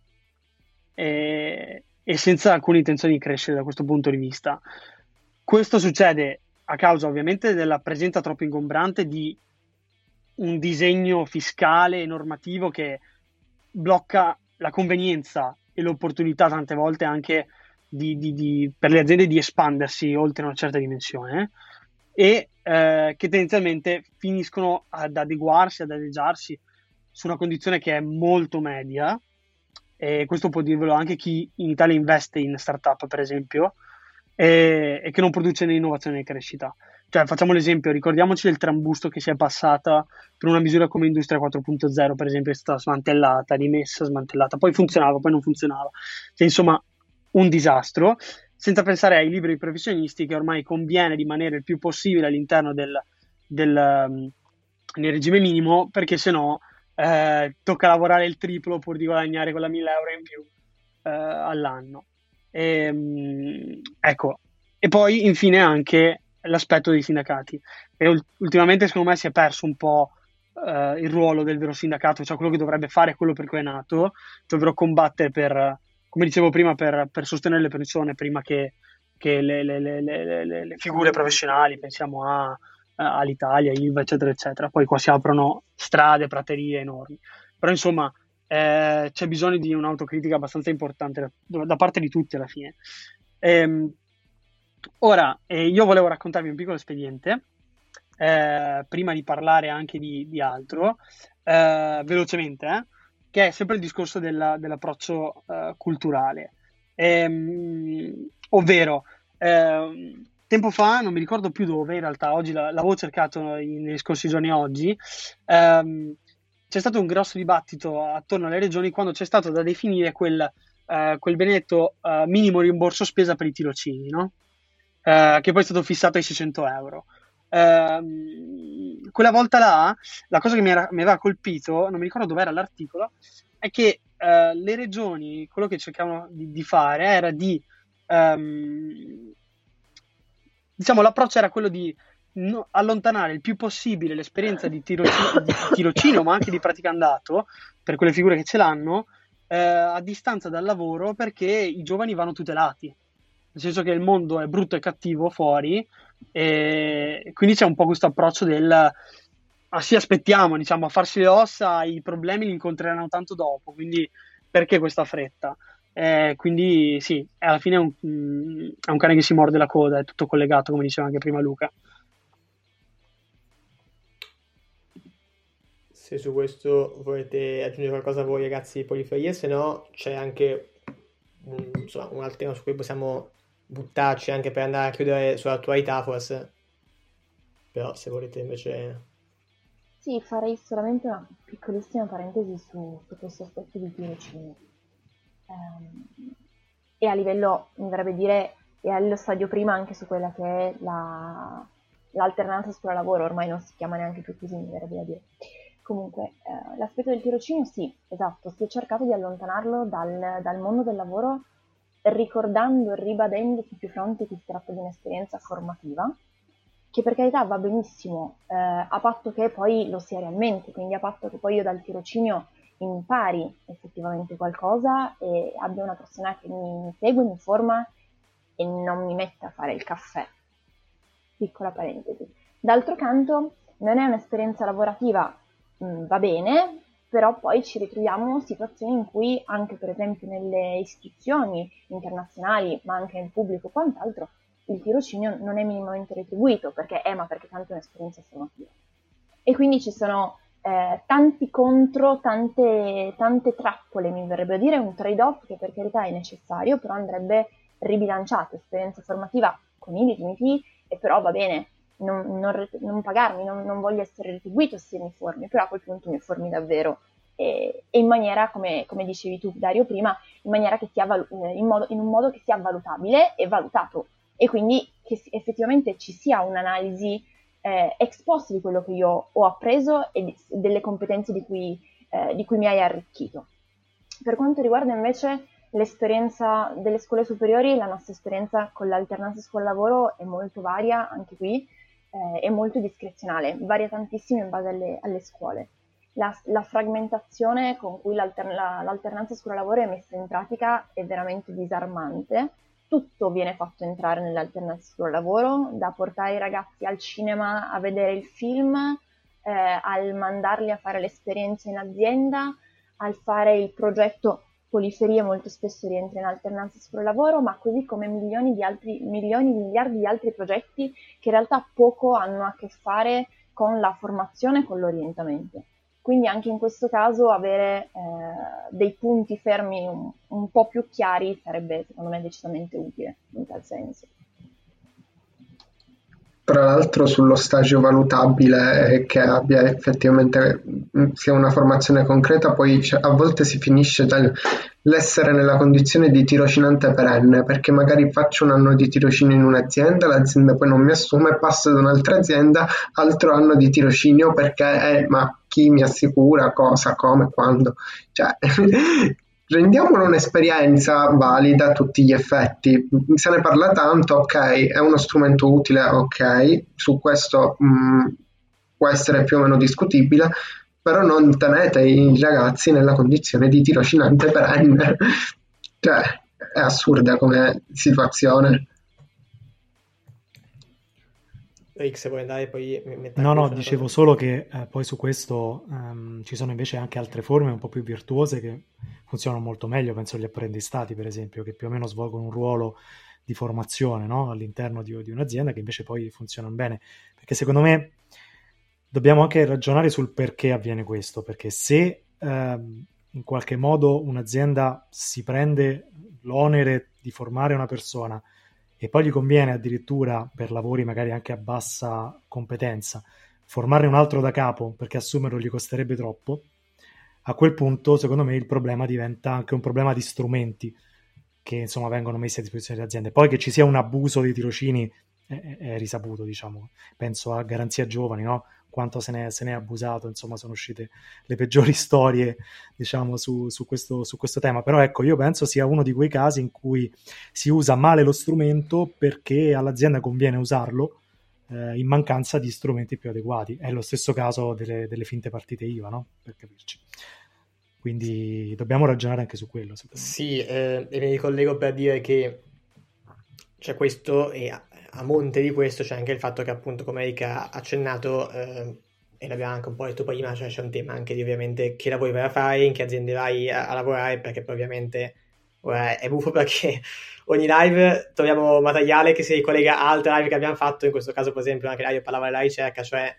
S3: e senza alcuna intenzione di crescere da questo punto di vista. Questo succede a causa ovviamente della presenza troppo ingombrante di un disegno fiscale e normativo che blocca la convenienza e l'opportunità tante volte anche per le aziende di espandersi oltre una certa dimensione, e che tendenzialmente finiscono ad adeguarsi, ad adagiarsi su una condizione che è molto media, e questo può dirvelo anche chi in Italia investe in startup, per esempio, e che non produce né innovazione né crescita. Cioè, facciamo l'esempio, ricordiamoci del trambusto che si è passata per una misura come Industria 4.0, per esempio, è stata smantellata, rimessa, smantellata, poi funzionava, poi non funzionava. Cioè, insomma, un disastro, senza pensare ai liberi professionisti, che ormai conviene rimanere il più possibile all'interno nel regime minimo, perché sennò tocca lavorare il triplo pur di guadagnare quella 1.000 euro in più all'anno. Ecco, e poi infine anche l'aspetto dei sindacati. E ultimamente secondo me si è perso un po' il ruolo del vero sindacato, cioè quello che dovrebbe fare, quello per cui è nato, cioè ovvero combattere per, come dicevo prima, per sostenere le persone prima che le figure professionali, pensiamo all'Italia, ILVA, eccetera, eccetera. Poi qua si aprono strade, praterie enormi. Però insomma c'è bisogno di un'autocritica abbastanza importante da parte di tutti alla fine. Ora, io volevo raccontarvi un piccolo espediente, prima di parlare anche di altro, velocemente, che è sempre il discorso dell'approccio culturale. Ovvero, tempo fa, non mi ricordo più dove, in realtà oggi l'avevo cercato nei scorsi giorni oggi, c'è stato un grosso dibattito attorno alle regioni quando c'è stato da definire quel benedetto minimo rimborso spesa per i tirocini, no? Che poi è stato fissato ai 600 euro. Quella volta là, la cosa che mi aveva colpito, non mi ricordo dove era l'articolo, è che le regioni, quello che cercavano di fare era diciamo, l'approccio era quello di allontanare il più possibile l'esperienza di tirocinio, ma anche di praticandato, per quelle figure che ce l'hanno, a distanza dal lavoro, perché i giovani vanno tutelati. Nel senso che il mondo è brutto e cattivo fuori, e quindi c'è un po' questo approccio sì, aspettiamo, diciamo, a farsi le ossa, i problemi li incontreranno tanto dopo, quindi perché questa fretta? Quindi sì, alla fine è un cane che si morde la coda, è tutto collegato, come diceva anche prima Luca.
S2: Se su questo volete aggiungere qualcosa voi ragazzi Poliferie, se no c'è anche insomma, un altro tema su cui possiamo buttarci anche per andare a chiudere sull'attualità forse, però se volete invece...
S4: Sì, farei solamente una piccolissima parentesi su questo aspetto di tirocinio. E a livello, mi verrebbe dire, e allo stadio prima anche su quella che è l'alternanza scuola-lavoro, ormai non si chiama neanche più così, mi verrebbe da dire. Comunque, l'aspetto del tirocinio sì, esatto, si è cercato di allontanarlo dal mondo del lavoro, ricordando e ribadendo su più fronti che si tratta di un'esperienza formativa, che per carità va benissimo, a patto che poi lo sia realmente, quindi a patto che poi io dal tirocinio impari effettivamente qualcosa e abbia una persona che mi segue, mi forma e non mi metta a fare il caffè. Piccola parentesi. D'altro canto, non è un'esperienza lavorativa, va bene, però poi ci ritroviamo situazioni in cui anche per esempio nelle istituzioni internazionali, ma anche nel pubblico o quant'altro, il tirocinio non è minimamente retribuito, perché tanto è un'esperienza formativa. E quindi ci sono tanti contro, tante trappole, mi verrebbe a dire, un trade-off che per carità è necessario, però andrebbe ribilanciato, esperienza formativa con i limiti, e però va bene, non pagarmi, non voglio essere retribuito se mi formi, però a quel punto mi formi davvero e in maniera, come dicevi tu Dario prima, in maniera che sia in un modo che sia valutabile e valutato, e quindi che effettivamente ci sia un'analisi ex post di quello che io ho appreso e delle competenze di cui mi hai arricchito. Per quanto riguarda invece l'esperienza delle scuole superiori, la nostra esperienza con l'alternanza scuola-lavoro è molto varia, anche qui, è molto discrezionale, varia tantissimo in base alle scuole. La fragmentazione con cui l'alternanza scuola-lavoro è messa in pratica è veramente disarmante. Tutto viene fatto entrare nell'alternanza scuola-lavoro, da portare i ragazzi al cinema a vedere il film, al mandarli a fare l'esperienza in azienda, al fare il progetto Poliferie molto spesso rientra in alternanza scuola-lavoro, ma così come miliardi di altri progetti che in realtà poco hanno a che fare con la formazione e con l'orientamento. Quindi anche in questo caso avere dei punti fermi un po' più chiari sarebbe secondo me decisamente utile in tal senso.
S5: Tra l'altro sullo stage valutabile che abbia effettivamente sia una formazione concreta, poi a volte si finisce dall'essere nella condizione di tirocinante perenne, perché magari faccio un anno di tirocinio in un'azienda, l'azienda poi non mi assume, passo ad un'altra azienda, altro anno di tirocinio perché ma chi mi assicura cosa, come, quando? Cioè, rendiamolo un'esperienza valida a tutti gli effetti. Se ne parla tanto, ok, è uno strumento utile, ok, su questo può essere più o meno discutibile, però non tenete i ragazzi nella condizione di tirocinante perenne. Cioè, è assurda come situazione.
S2: Rick, se vuoi andare poi
S1: No, dicevo solo che poi su questo ci sono invece anche altre forme un po' più virtuose che funzionano molto meglio, penso agli apprendistati per esempio, che più o meno svolgono un ruolo di formazione, no? All'interno di un'azienda, che invece poi funzionano bene, perché secondo me dobbiamo anche ragionare sul perché avviene questo, perché se in qualche modo un'azienda si prende l'onere di formare una persona e poi gli conviene addirittura per lavori magari anche a bassa competenza formarne un altro da capo perché assumerlo gli costerebbe troppo, a quel punto secondo me il problema diventa anche un problema di strumenti che insomma vengono messi a disposizione delle aziende. Poi che ci sia un abuso dei tirocini è risaputo, diciamo. Penso a Garanzia Giovani, no? Quanto se ne è abusato, insomma sono uscite le peggiori storie, diciamo, su questo tema. Però ecco, io penso sia uno di quei casi in cui si usa male lo strumento perché all'azienda conviene usarlo in mancanza di strumenti più adeguati. È lo stesso caso delle finte partite IVA, no? Per capirci. Quindi dobbiamo ragionare anche su quello.
S2: Sì, e mi ricollego per dire che c'è questo, e a monte di questo c'è anche il fatto che appunto, come Erika ha accennato, e l'abbiamo anche un po' detto prima, cioè c'è un tema anche di ovviamente che lavori vai a fare, in che aziende vai a lavorare, perché poi ovviamente ora è buffo perché ogni live troviamo materiale che si ricollega a altre live che abbiamo fatto, in questo caso per esempio anche live parlava della ricerca, cioè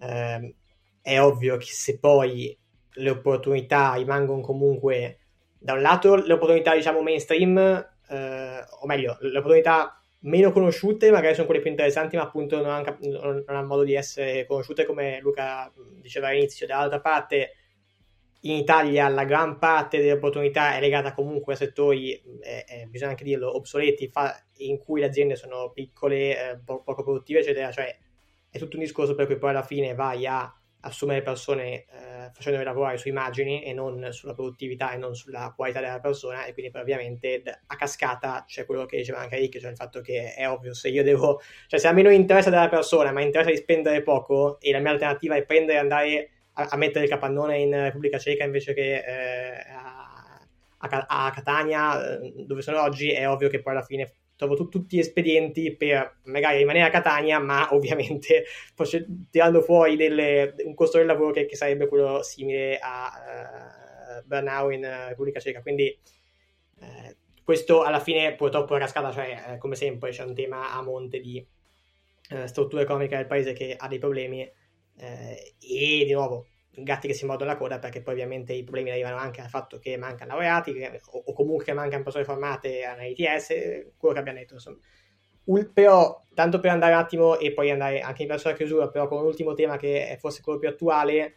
S2: è ovvio che se poi le opportunità rimangono comunque, da un lato le opportunità diciamo mainstream, o meglio le opportunità meno conosciute magari sono quelle più interessanti, ma appunto non hanno modo di essere conosciute, come Luca diceva all'inizio. Dall'altra parte in Italia la gran parte delle opportunità è legata comunque a settori, bisogna anche dirlo, obsoleti, in cui le aziende sono piccole, poco produttive eccetera, cioè è tutto un discorso per cui poi alla fine vai a assumere persone facendole lavorare su immagini e non sulla produttività e non sulla qualità della persona, e quindi poi ovviamente a cascata c'è quello che diceva anche Rick, cioè il fatto che è ovvio, se io devo, cioè se a me non interessa della persona ma interessa di spendere poco e la mia alternativa è prendere e andare a mettere il capannone in Repubblica Ceca invece che a Catania dove sono oggi, è ovvio che poi alla fine trovo tutti gli espedienti per magari rimanere a Catania, ma ovviamente tirando fuori un costo del lavoro che sarebbe quello simile a Bernau in Repubblica Ceca. Quindi questo alla fine purtroppo è cascata, cioè come sempre c'è un tema a monte di struttura economica del paese che ha dei problemi, e di nuovo gatti che si mordono la coda, perché poi ovviamente i problemi arrivano anche al fatto che mancano laureati o comunque mancano persone formate all'ITS, quello che abbiamo detto, insomma Però, tanto per andare un attimo e poi andare anche verso la chiusura, però con un ultimo tema che è forse quello più attuale,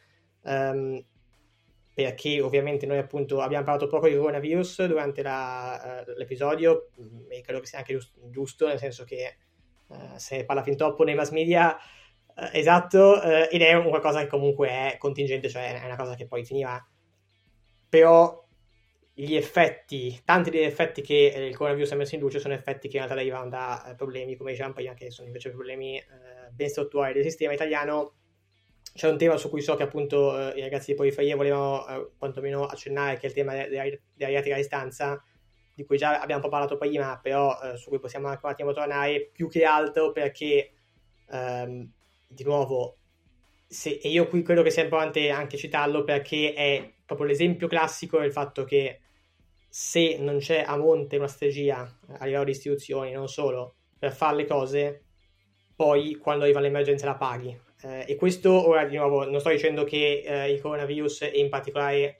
S2: perché ovviamente noi appunto abbiamo parlato poco di coronavirus durante l'episodio, e credo che sia anche giusto, nel senso che se ne parla fin troppo nei mass media, esatto, ed è un qualcosa che comunque è contingente, cioè è una cosa che poi finirà. Però tanti degli effetti che il coronavirus ha messo in luce sono effetti che in realtà derivano da problemi, come dicevamo prima, che sono invece problemi ben strutturali del sistema italiano. C'è un tema su cui so che appunto i ragazzi di Periferia volevano quantomeno accennare, che è il tema della didattica a distanza, di cui già abbiamo un po' parlato prima, però su cui possiamo anche un attimo tornare, più che altro perché di nuovo, e io qui credo che sia importante anche citarlo, perché è proprio l'esempio classico del fatto che se non c'è a monte una strategia a livello di istituzioni, non solo, per fare le cose, poi quando arriva l'emergenza la paghi. E questo, ora di nuovo, non sto dicendo che il coronavirus e in particolare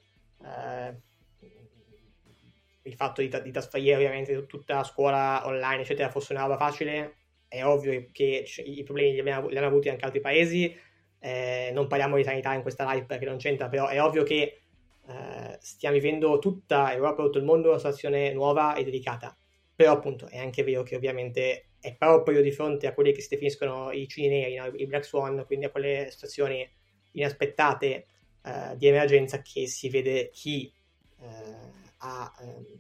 S2: il fatto di trasferire ovviamente tutta la scuola online eccetera fosse una roba facile. È ovvio che i problemi li hanno avuti anche altri paesi, non parliamo di sanità in questa live perché non c'entra, però è ovvio che stiamo vivendo tutta Europa, tutto il mondo, una situazione nuova e delicata. Però appunto è anche vero che ovviamente è proprio di fronte a quelli che si definiscono i cigni neri, no? I Black Swan, quindi a quelle situazioni inaspettate di emergenza, che si vede chi ha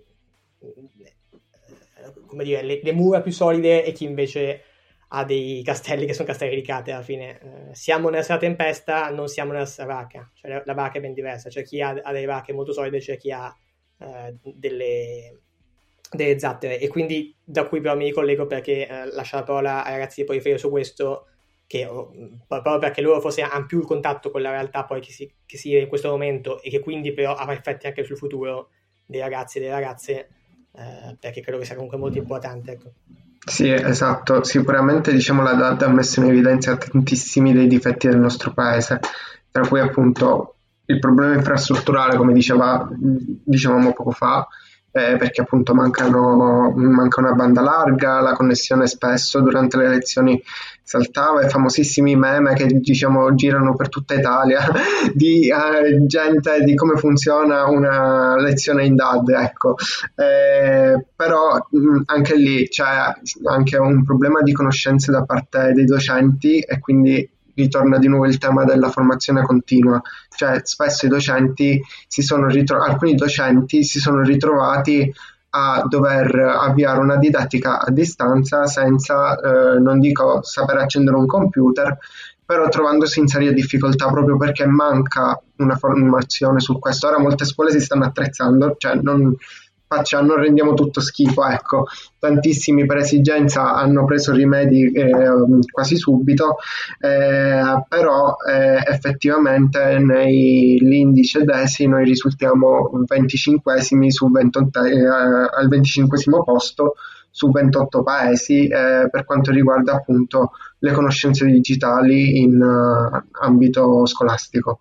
S2: come dire, le mura più solide e chi invece ha dei castelli che sono castelli di carte. Alla fine siamo nella tempesta, non siamo nella barca, cioè la barca è ben diversa, c'è chi ha delle barche molto solide, c'è chi ha delle zattere, e quindi da qui però mi ricollego perché lascio la parola ai ragazzi di Periferia su questo, che proprio perché loro forse hanno più il contatto con la realtà poi che si vive in questo momento, e che quindi però avrà effetti anche sul futuro dei ragazzi e delle ragazze, perché credo che sia comunque molto importante, ecco.
S5: Sì, esatto, sicuramente diciamo la DAD ha messo in evidenza tantissimi dei difetti del nostro paese, tra cui appunto il problema infrastrutturale, come dicevamo poco fa, perché appunto manca una banda larga, la connessione spesso durante le lezioni saltava, i famosissimi meme che diciamo girano per tutta Italia di gente di come funziona una lezione in DAD, ecco. Però anche lì c'è anche un problema di conoscenze da parte dei docenti, e quindi ritorna di nuovo il tema della formazione continua, cioè spesso alcuni docenti si sono ritrovati a dover avviare una didattica a distanza senza, non dico saper accendere un computer, però trovandosi in seria difficoltà proprio perché manca una formazione su questo. Ora molte scuole si stanno attrezzando, cioè non rendiamo tutto schifo, ecco, tantissimi per esigenza hanno preso rimedi quasi subito, però effettivamente nell'indice DESI noi risultiamo 25esimi al 25esimo posto su 28 paesi per quanto riguarda appunto le conoscenze digitali in ambito scolastico.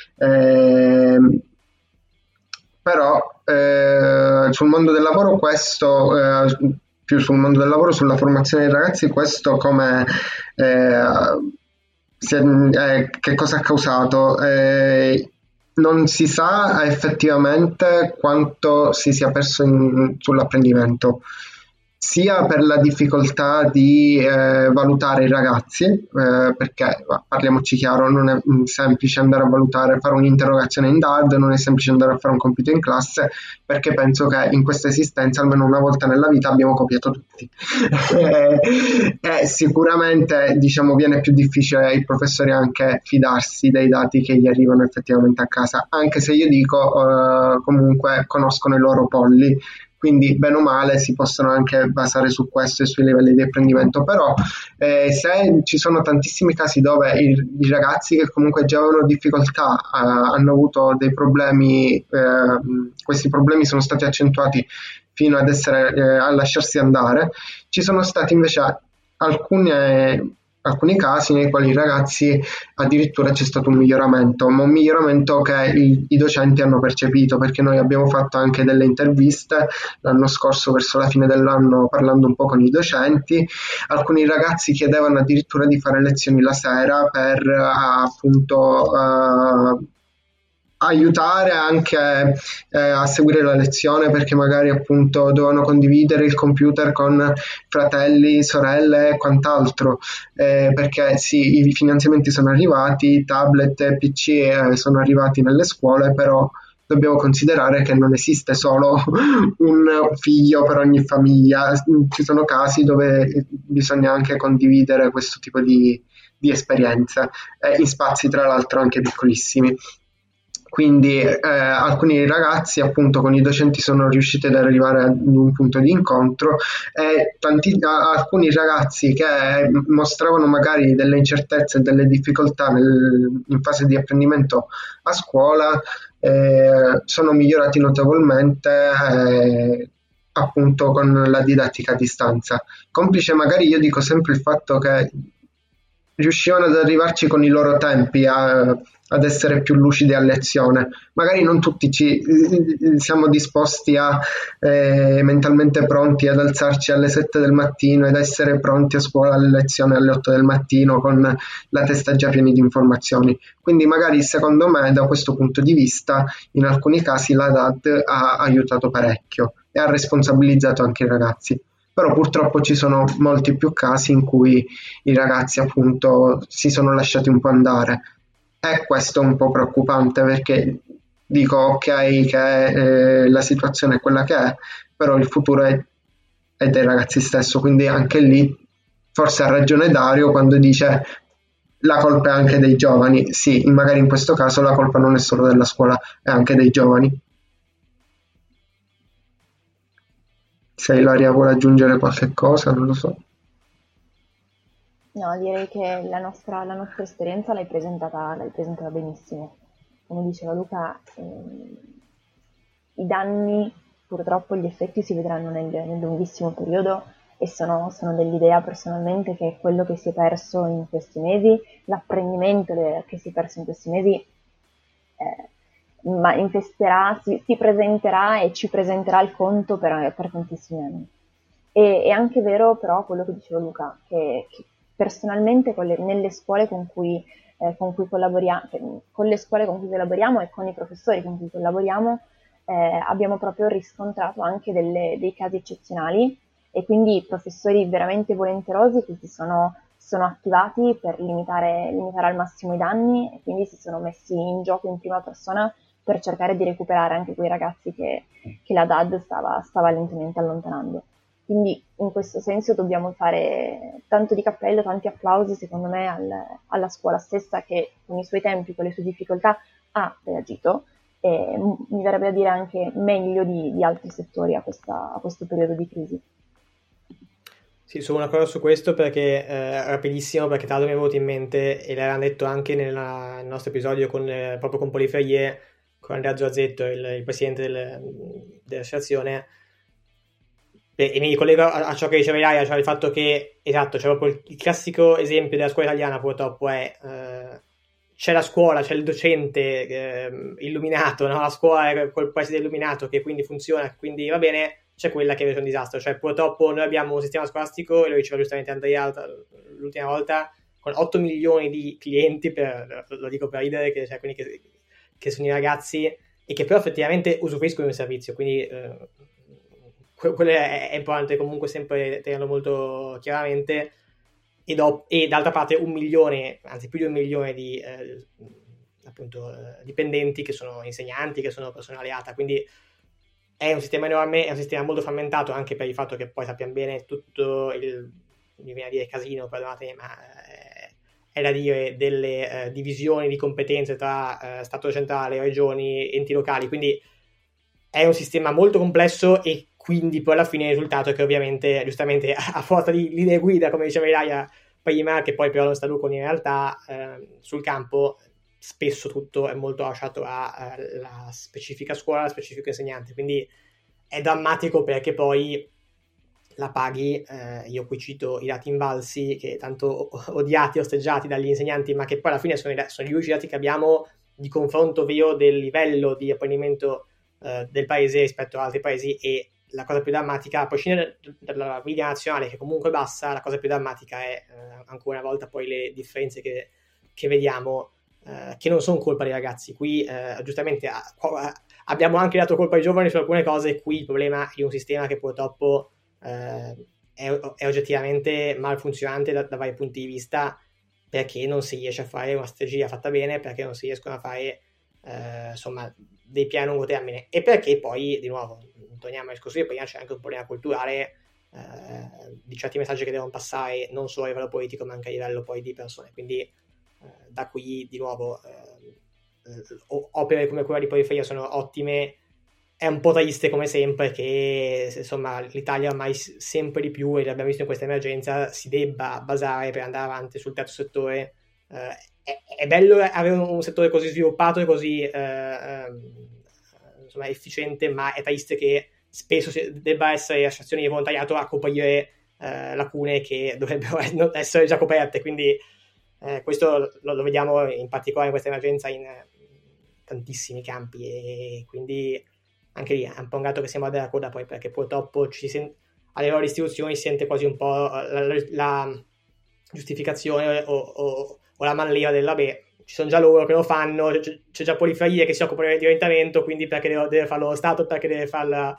S5: Però sul mondo del lavoro più sul mondo del lavoro, sulla formazione dei ragazzi, questo come che cosa ha causato? Non si sa effettivamente quanto si sia perso sull'apprendimento, sia per la difficoltà di valutare i ragazzi, perché parliamoci chiaro, non è semplice andare a valutare, fare un'interrogazione in DAD, non è semplice andare a fare un compito in classe, perché penso che in questa esistenza almeno una volta nella vita abbiamo copiato tutti. Sicuramente diciamo viene più difficile ai professori anche fidarsi dei dati che gli arrivano effettivamente a casa, anche se io dico comunque conoscono i loro polli, quindi bene o male si possono anche basare su questo e sui livelli di apprendimento. Però se ci sono tantissimi casi dove i ragazzi che comunque già avevano difficoltà hanno avuto dei problemi, questi problemi sono stati accentuati fino ad a lasciarsi andare, ci sono stati invece alcune alcuni casi nei quali i ragazzi addirittura c'è stato un miglioramento, ma un miglioramento che i docenti hanno percepito, perché noi abbiamo fatto anche delle interviste l'anno scorso verso la fine dell'anno parlando un po' con i docenti. Alcuni ragazzi chiedevano addirittura di fare lezioni la sera per appunto aiutare anche a seguire la lezione, perché magari appunto dovevano condividere il computer con fratelli, sorelle e quant'altro, perché sì, i finanziamenti sono arrivati, tablet e PC sono arrivati nelle scuole, però dobbiamo considerare che non esiste solo un figlio per ogni famiglia, ci sono casi dove bisogna anche condividere questo tipo di esperienze, in spazi tra l'altro anche piccolissimi. Quindi alcuni ragazzi appunto con i docenti sono riusciti ad arrivare ad un punto di incontro, e alcuni ragazzi che mostravano magari delle incertezze e delle difficoltà in fase di apprendimento a scuola sono migliorati notevolmente appunto con la didattica a distanza. Complice magari, io dico sempre, il fatto che riuscivano ad arrivarci con i loro tempi ad essere più lucidi a lezione. Magari non tutti siamo disposti a mentalmente pronti ad alzarci alle 7 del mattino ed essere pronti a scuola alle lezioni alle 8 del mattino con la testa già piena di informazioni. Quindi magari secondo me da questo punto di vista in alcuni casi la DAD ha aiutato parecchio e ha responsabilizzato anche i ragazzi. Però purtroppo ci sono molti più casi in cui i ragazzi appunto si sono lasciati un po' andare, e questo è un po' preoccupante, perché dico ok che la situazione è quella che è, però il futuro è dei ragazzi stesso, quindi anche lì forse ha ragione Dario quando dice la colpa è anche dei giovani. Sì, magari in questo caso la colpa non è solo della scuola, è anche dei giovani. Se Ilaria vuole aggiungere qualche cosa, non lo so.
S4: No, direi che la nostra esperienza l'hai presentata benissimo. Come diceva Luca, i danni, purtroppo gli effetti si vedranno nel lunghissimo periodo, e sono dell'idea personalmente che quello che si è perso in questi mesi, l'apprendimento che si è perso in questi mesi, manifesterà, si presenterà e ci presenterà il conto per tantissimi anni. È anche vero però quello che diceva Luca, che personalmente nelle scuole con cui collaboriamo, con le scuole con cui collaboriamo e con i professori con cui collaboriamo, abbiamo proprio riscontrato anche dei casi eccezionali, e quindi professori veramente volenterosi che si sono attivati per limitare al massimo i danni, e quindi si sono messi in gioco in prima persona per cercare di recuperare anche quei ragazzi che la DAD stava lentamente allontanando. Quindi in questo senso dobbiamo fare tanto di cappello, tanti applausi secondo me alla scuola stessa, che con i suoi tempi, con le sue difficoltà ha reagito, e mi verrebbe a dire anche meglio di altri settori a questo periodo di crisi.
S2: Sì, solo una cosa su questo, perché rapidissimo, perché tra l'altro mi è venuto in mente, e l'avevamo detto anche nel nostro episodio proprio con Poliferie, con Andrea Zuazzetto, il presidente dell'associazione, e mi ricollego a ciò che diceva Ilaria, cioè il fatto che, esatto, c'è proprio il classico esempio della scuola italiana, purtroppo è c'è la scuola, c'è il docente illuminato, no? La scuola può essere illuminato, che quindi funziona, quindi va bene. C'è quella che è un disastro, cioè purtroppo noi abbiamo un sistema scolastico, e lo diceva giustamente Andrea l'ultima volta, con 8 milioni di clienti, lo dico per ridere, che cioè quelli che sono i ragazzi, e che però effettivamente usufruiscono del servizio, quindi quello è importante comunque sempre tenerlo molto chiaramente, e d'altra parte 1 milione, anzi più di 1 milione di appunto dipendenti che sono insegnanti, che sono personale ATA, quindi è un sistema enorme, è un sistema molto frammentato, anche per il fatto che poi sappiamo bene tutto mi viene a dire casino, perdonatemi, ma è da dire, delle divisioni di competenze tra Stato centrale, regioni, enti locali, quindi è un sistema molto complesso, e quindi poi alla fine il risultato è che ovviamente, giustamente, a forza di linee guida, come diceva Ilaria prima, che poi però non sta Luconi in realtà, sul campo spesso tutto è molto lasciato alla specifica scuola, alla specifica insegnante, quindi è drammatico, perché poi la paghi. Io qui cito i dati Invalsi, che tanto odiati, osteggiati dagli insegnanti, ma che poi alla fine sono gli unici dati che abbiamo di confronto vero del livello di apprendimento del paese rispetto ad altri paesi. E la cosa più drammatica, a prescindere dalla media nazionale che comunque è bassa, la cosa più drammatica è ancora una volta poi le differenze che vediamo, che non sono colpa dei ragazzi. Qui giustamente abbiamo anche dato colpa ai giovani su alcune cose. Qui il problema è un sistema che purtroppo è oggettivamente malfunzionante da vari punti di vista, perché non si riesce a fare una strategia fatta bene, perché non si riescono a fare insomma dei piani a lungo termine, e perché poi di nuovo torniamo al discorso di prima, c'è anche un problema culturale di certi messaggi che devono passare non solo a livello politico ma anche a livello poi di persone. Quindi da qui di nuovo opere come quella di Periferia sono ottime. È un po' triste come sempre che insomma l'Italia ormai sempre di più, e l'abbiamo visto in questa emergenza, si debba basare per andare avanti sul terzo settore. È bello avere un settore così sviluppato e così insomma efficiente, ma è triste che spesso debba essere associazioni di volontariato a coprire lacune che dovrebbero essere già coperte. Quindi questo lo vediamo in particolare in questa emergenza in tantissimi campi, e quindi anche lì è un po' un gatto che si morde la coda, poi, perché purtroppo alle loro istituzioni si sente quasi un po' la giustificazione o la manleva della ci sono già loro che lo fanno, c'è già Poliferia che si occupa di orientamento, quindi perché deve farlo lo Stato, perché deve farla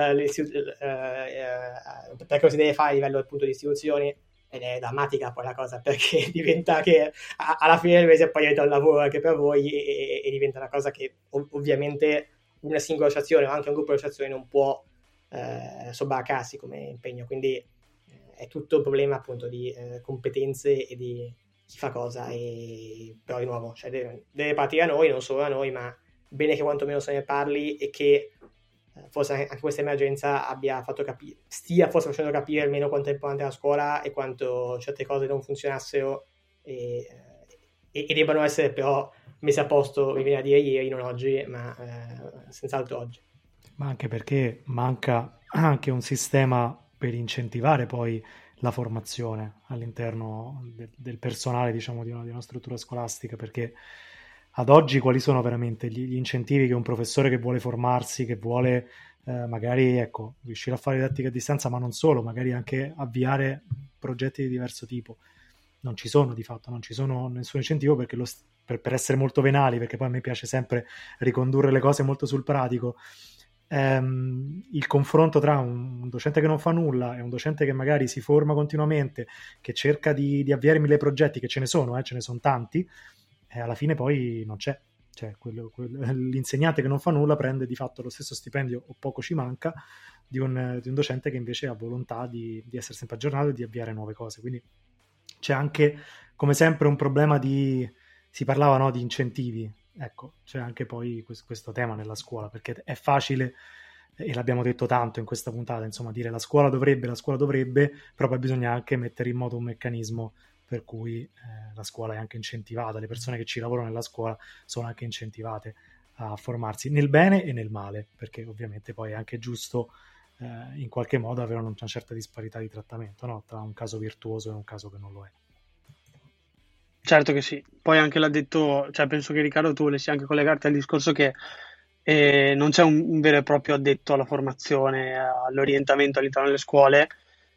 S2: perché lo si deve fare a livello appunto di istituzioni. Ed è drammatica poi la cosa, perché diventa che alla fine del mese poi diventa un lavoro anche per voi, e diventa una cosa che ovviamente una singola associazione o anche un gruppo di associazioni non può sobbarcarsi come impegno. Quindi è tutto un problema appunto di competenze e di chi fa cosa. E però di nuovo deve partire a noi, non solo a noi, ma bene che quantomeno se ne parli, e che forse anche questa emergenza abbia fatto capire, stia forse facendo capire almeno quanto è importante la scuola e quanto certe cose non funzionassero e debbano essere però messe a posto, mi viene a dire ieri, non oggi, ma senz'altro oggi.
S1: Ma anche perché manca anche un sistema per incentivare poi la formazione all'interno del personale, diciamo, di una struttura scolastica, perché ad oggi quali sono veramente gli incentivi che un professore che vuole formarsi, che vuole magari riuscire a fare didattica a distanza, ma non solo, magari anche avviare progetti di diverso tipo, non ci sono di fatto, non ci sono nessun incentivo, perché per essere molto venali, perché poi a me piace sempre ricondurre le cose molto sul pratico, il confronto tra un docente che non fa nulla e un docente che magari si forma continuamente, che cerca di avviare 1000 progetti, che ce ne sono tanti, alla fine poi non c'è. Cioè, l'insegnante che non fa nulla prende di fatto lo stesso stipendio, o poco ci manca, di un docente che invece ha volontà di essere sempre aggiornato e di avviare nuove cose. Quindi c'è anche, come sempre, un problema si parlava, no, di incentivi. Ecco, c'è anche poi questo tema nella scuola, perché è facile, e l'abbiamo detto tanto in questa puntata, insomma, dire la scuola dovrebbe, però poi bisogna anche mettere in moto un meccanismo per cui la scuola è anche incentivata, le persone che ci lavorano nella scuola sono anche incentivate a formarsi nel bene e nel male, perché ovviamente poi è anche giusto in qualche modo avere una certa disparità di trattamento, no? Tra un caso virtuoso e un caso che non lo è.
S3: Certo che sì, poi anche l'ha detto, cioè penso che Riccardo tu volessi anche collegarti al discorso che non c'è un vero e proprio addetto alla formazione, all'orientamento all'interno delle scuole,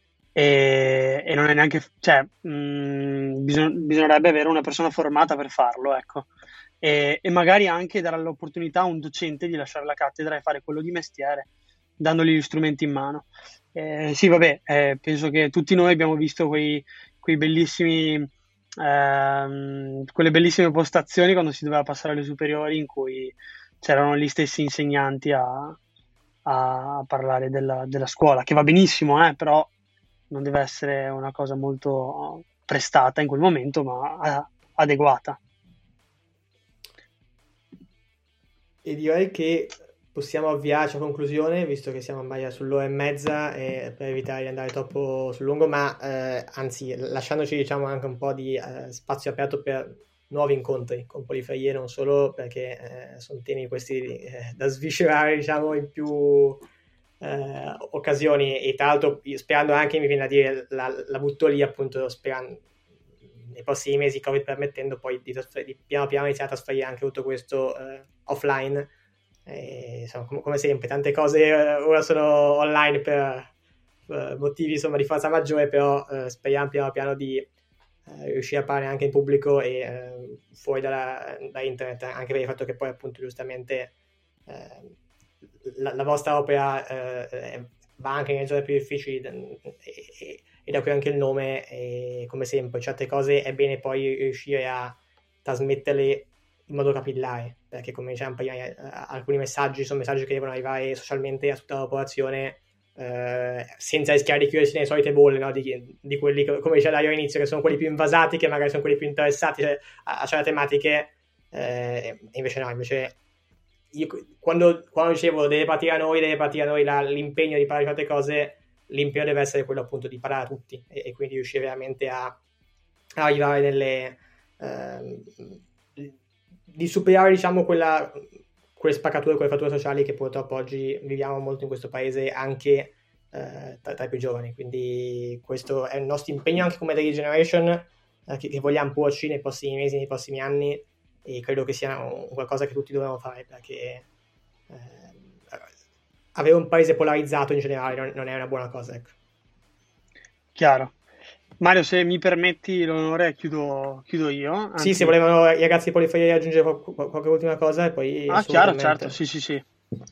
S3: e non è neanche, cioè bisognerebbe avere una persona formata per farlo, ecco, e magari anche dare l'opportunità a un docente di lasciare la cattedra e fare quello di mestiere, dandogli gli strumenti in mano. Sì, vabbè, penso che tutti noi abbiamo visto quei bellissimi quelle bellissime postazioni quando si doveva passare alle superiori, in cui c'erano gli stessi insegnanti a parlare della scuola, che va benissimo, però non deve essere una cosa molto prestata in quel momento, ma adeguata.
S2: E direi che possiamo avviarci a conclusione, visto che siamo ormai sull'ora e mezza, e per evitare di andare troppo sul lungo, ma anzi lasciandoci, diciamo, anche un po' di spazio aperto per nuovi incontri con Poliferie, non solo perché sono temi questi da sviscerare, diciamo, in più occasioni, e tra l'altro sperando anche, mi viene a dire, la butto lì appunto, sperando nei prossimi mesi, Covid permettendo, poi di piano piano iniziare a trasferire anche tutto questo offline. Insomma, come sempre tante cose ora sono online per motivi insomma di forza maggiore, però speriamo piano piano di riuscire a parlare anche in pubblico e fuori da internet, anche per il fatto che poi appunto giustamente la vostra opera va anche nelle zone più difficili, e da qui anche il nome, e come sempre certe cose è bene poi riuscire a trasmetterle in modo capillare, perché come dicevamo prima, alcuni messaggi sono messaggi che devono arrivare socialmente a tutta la popolazione, senza rischiare di chiudersi nelle solite bolle, no? di quelli che, come diceva Dario all'inizio, che sono quelli più invasati, che magari sono quelli più interessati a certe tematiche, invece no, invece io quando dicevo deve partire a noi l'impegno di parlare di certe cose, l'impegno deve essere quello appunto di parlare a tutti, e quindi riuscire veramente a arrivare di superare, diciamo, quelle spaccature, quelle fratture sociali che purtroppo oggi viviamo molto in questo paese, anche tra i più giovani. Quindi questo è il nostro impegno anche come The Regeneration, che vogliamo porci nei prossimi mesi, nei prossimi anni, e credo che sia qualcosa che tutti dobbiamo fare, perché avere un paese polarizzato in generale non è una buona cosa, ecco.
S3: Chiaro. Mario, se mi permetti l'onore, chiudo io. Anzi...
S2: Sì, se volevano i ragazzi di Polifolia aggiungere qualche ultima cosa, e poi...
S3: Chiaro, certo, sì.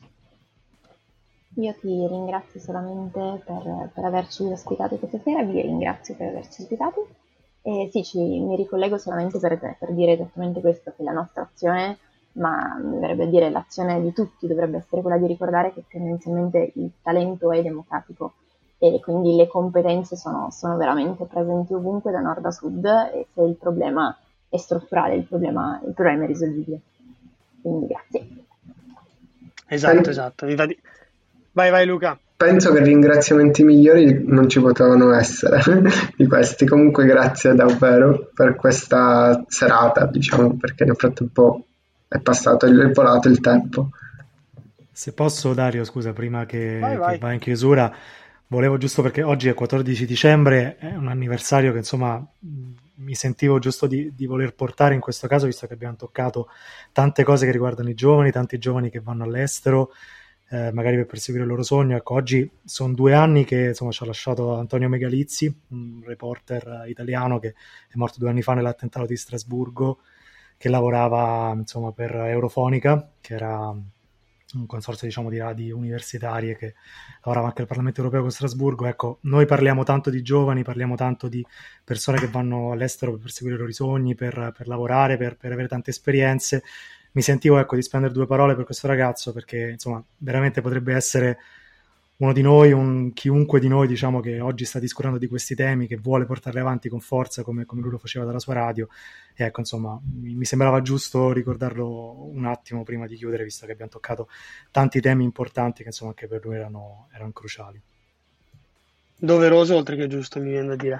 S4: Io ti ringrazio solamente per averci ospitati questa sera, vi ringrazio per averci ospitati, e sì, mi ricollego solamente per dire esattamente questo, che la nostra azione, ma mi verrebbe a dire l'azione di tutti, dovrebbe essere quella di ricordare che tendenzialmente il talento è democratico, e quindi le competenze sono veramente presenti ovunque, da nord a sud, e se il problema è strutturale, il problema è risolvibile. Quindi grazie.
S3: Esatto. Vai Luca.
S5: Penso che ringraziamenti migliori non ci potevano essere di questi. Comunque grazie davvero per questa serata, diciamo, perché nel frattempo è volato il tempo.
S1: Se posso, Dario, scusa, prima che vai in chiusura, volevo, giusto perché oggi è 14 dicembre, è un anniversario che insomma mi sentivo giusto di voler portare in questo caso, visto che abbiamo toccato tante cose che riguardano i giovani, tanti giovani che vanno all'estero, magari per perseguire il loro sogno. Ecco, oggi sono 2 anni che insomma ci ha lasciato Antonio Megalizzi, un reporter italiano che è morto 2 anni fa nell'attentato di Strasburgo, che lavorava insomma per Eurofonica, che era un consorzio, diciamo, di radi universitarie che lavorava anche al Parlamento Europeo con Strasburgo. Ecco, noi parliamo tanto di giovani, parliamo tanto di persone che vanno all'estero per perseguire i loro sogni, per lavorare, per avere tante esperienze. Mi sentivo, ecco, di spendere 2 parole per questo ragazzo, perché insomma veramente potrebbe essere uno di noi, chiunque di noi, diciamo, che oggi sta discutendo di questi temi, che vuole portarli avanti con forza come lui lo faceva dalla sua radio. E ecco, insomma, mi sembrava giusto ricordarlo un attimo prima di chiudere, visto che abbiamo toccato tanti temi importanti che insomma anche per lui erano cruciali.
S3: Doveroso oltre che giusto, mi viene da dire.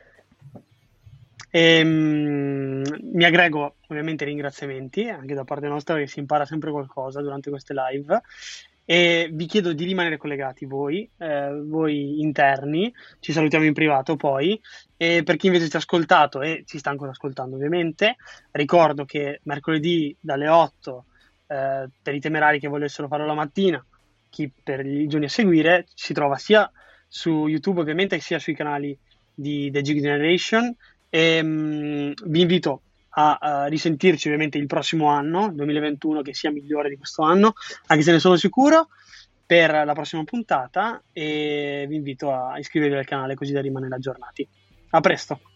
S3: Mi aggrego ovviamente ai ringraziamenti anche da parte nostra, perché si impara sempre qualcosa durante queste live, e vi chiedo di rimanere collegati voi interni. Ci salutiamo in privato poi, e per chi invece ci ha ascoltato e ci sta ancora ascoltando, ovviamente ricordo che mercoledì dalle 8 per i temerari che volessero farlo la mattina, chi per i giorni a seguire, si trova sia su YouTube ovviamente sia sui canali di The Gig Generation. Vi invito a risentirci ovviamente il prossimo anno 2021, che sia migliore di questo anno, anche se ne sono sicuro, per la prossima puntata, e vi invito a iscrivervi al canale così da rimanere aggiornati. A presto.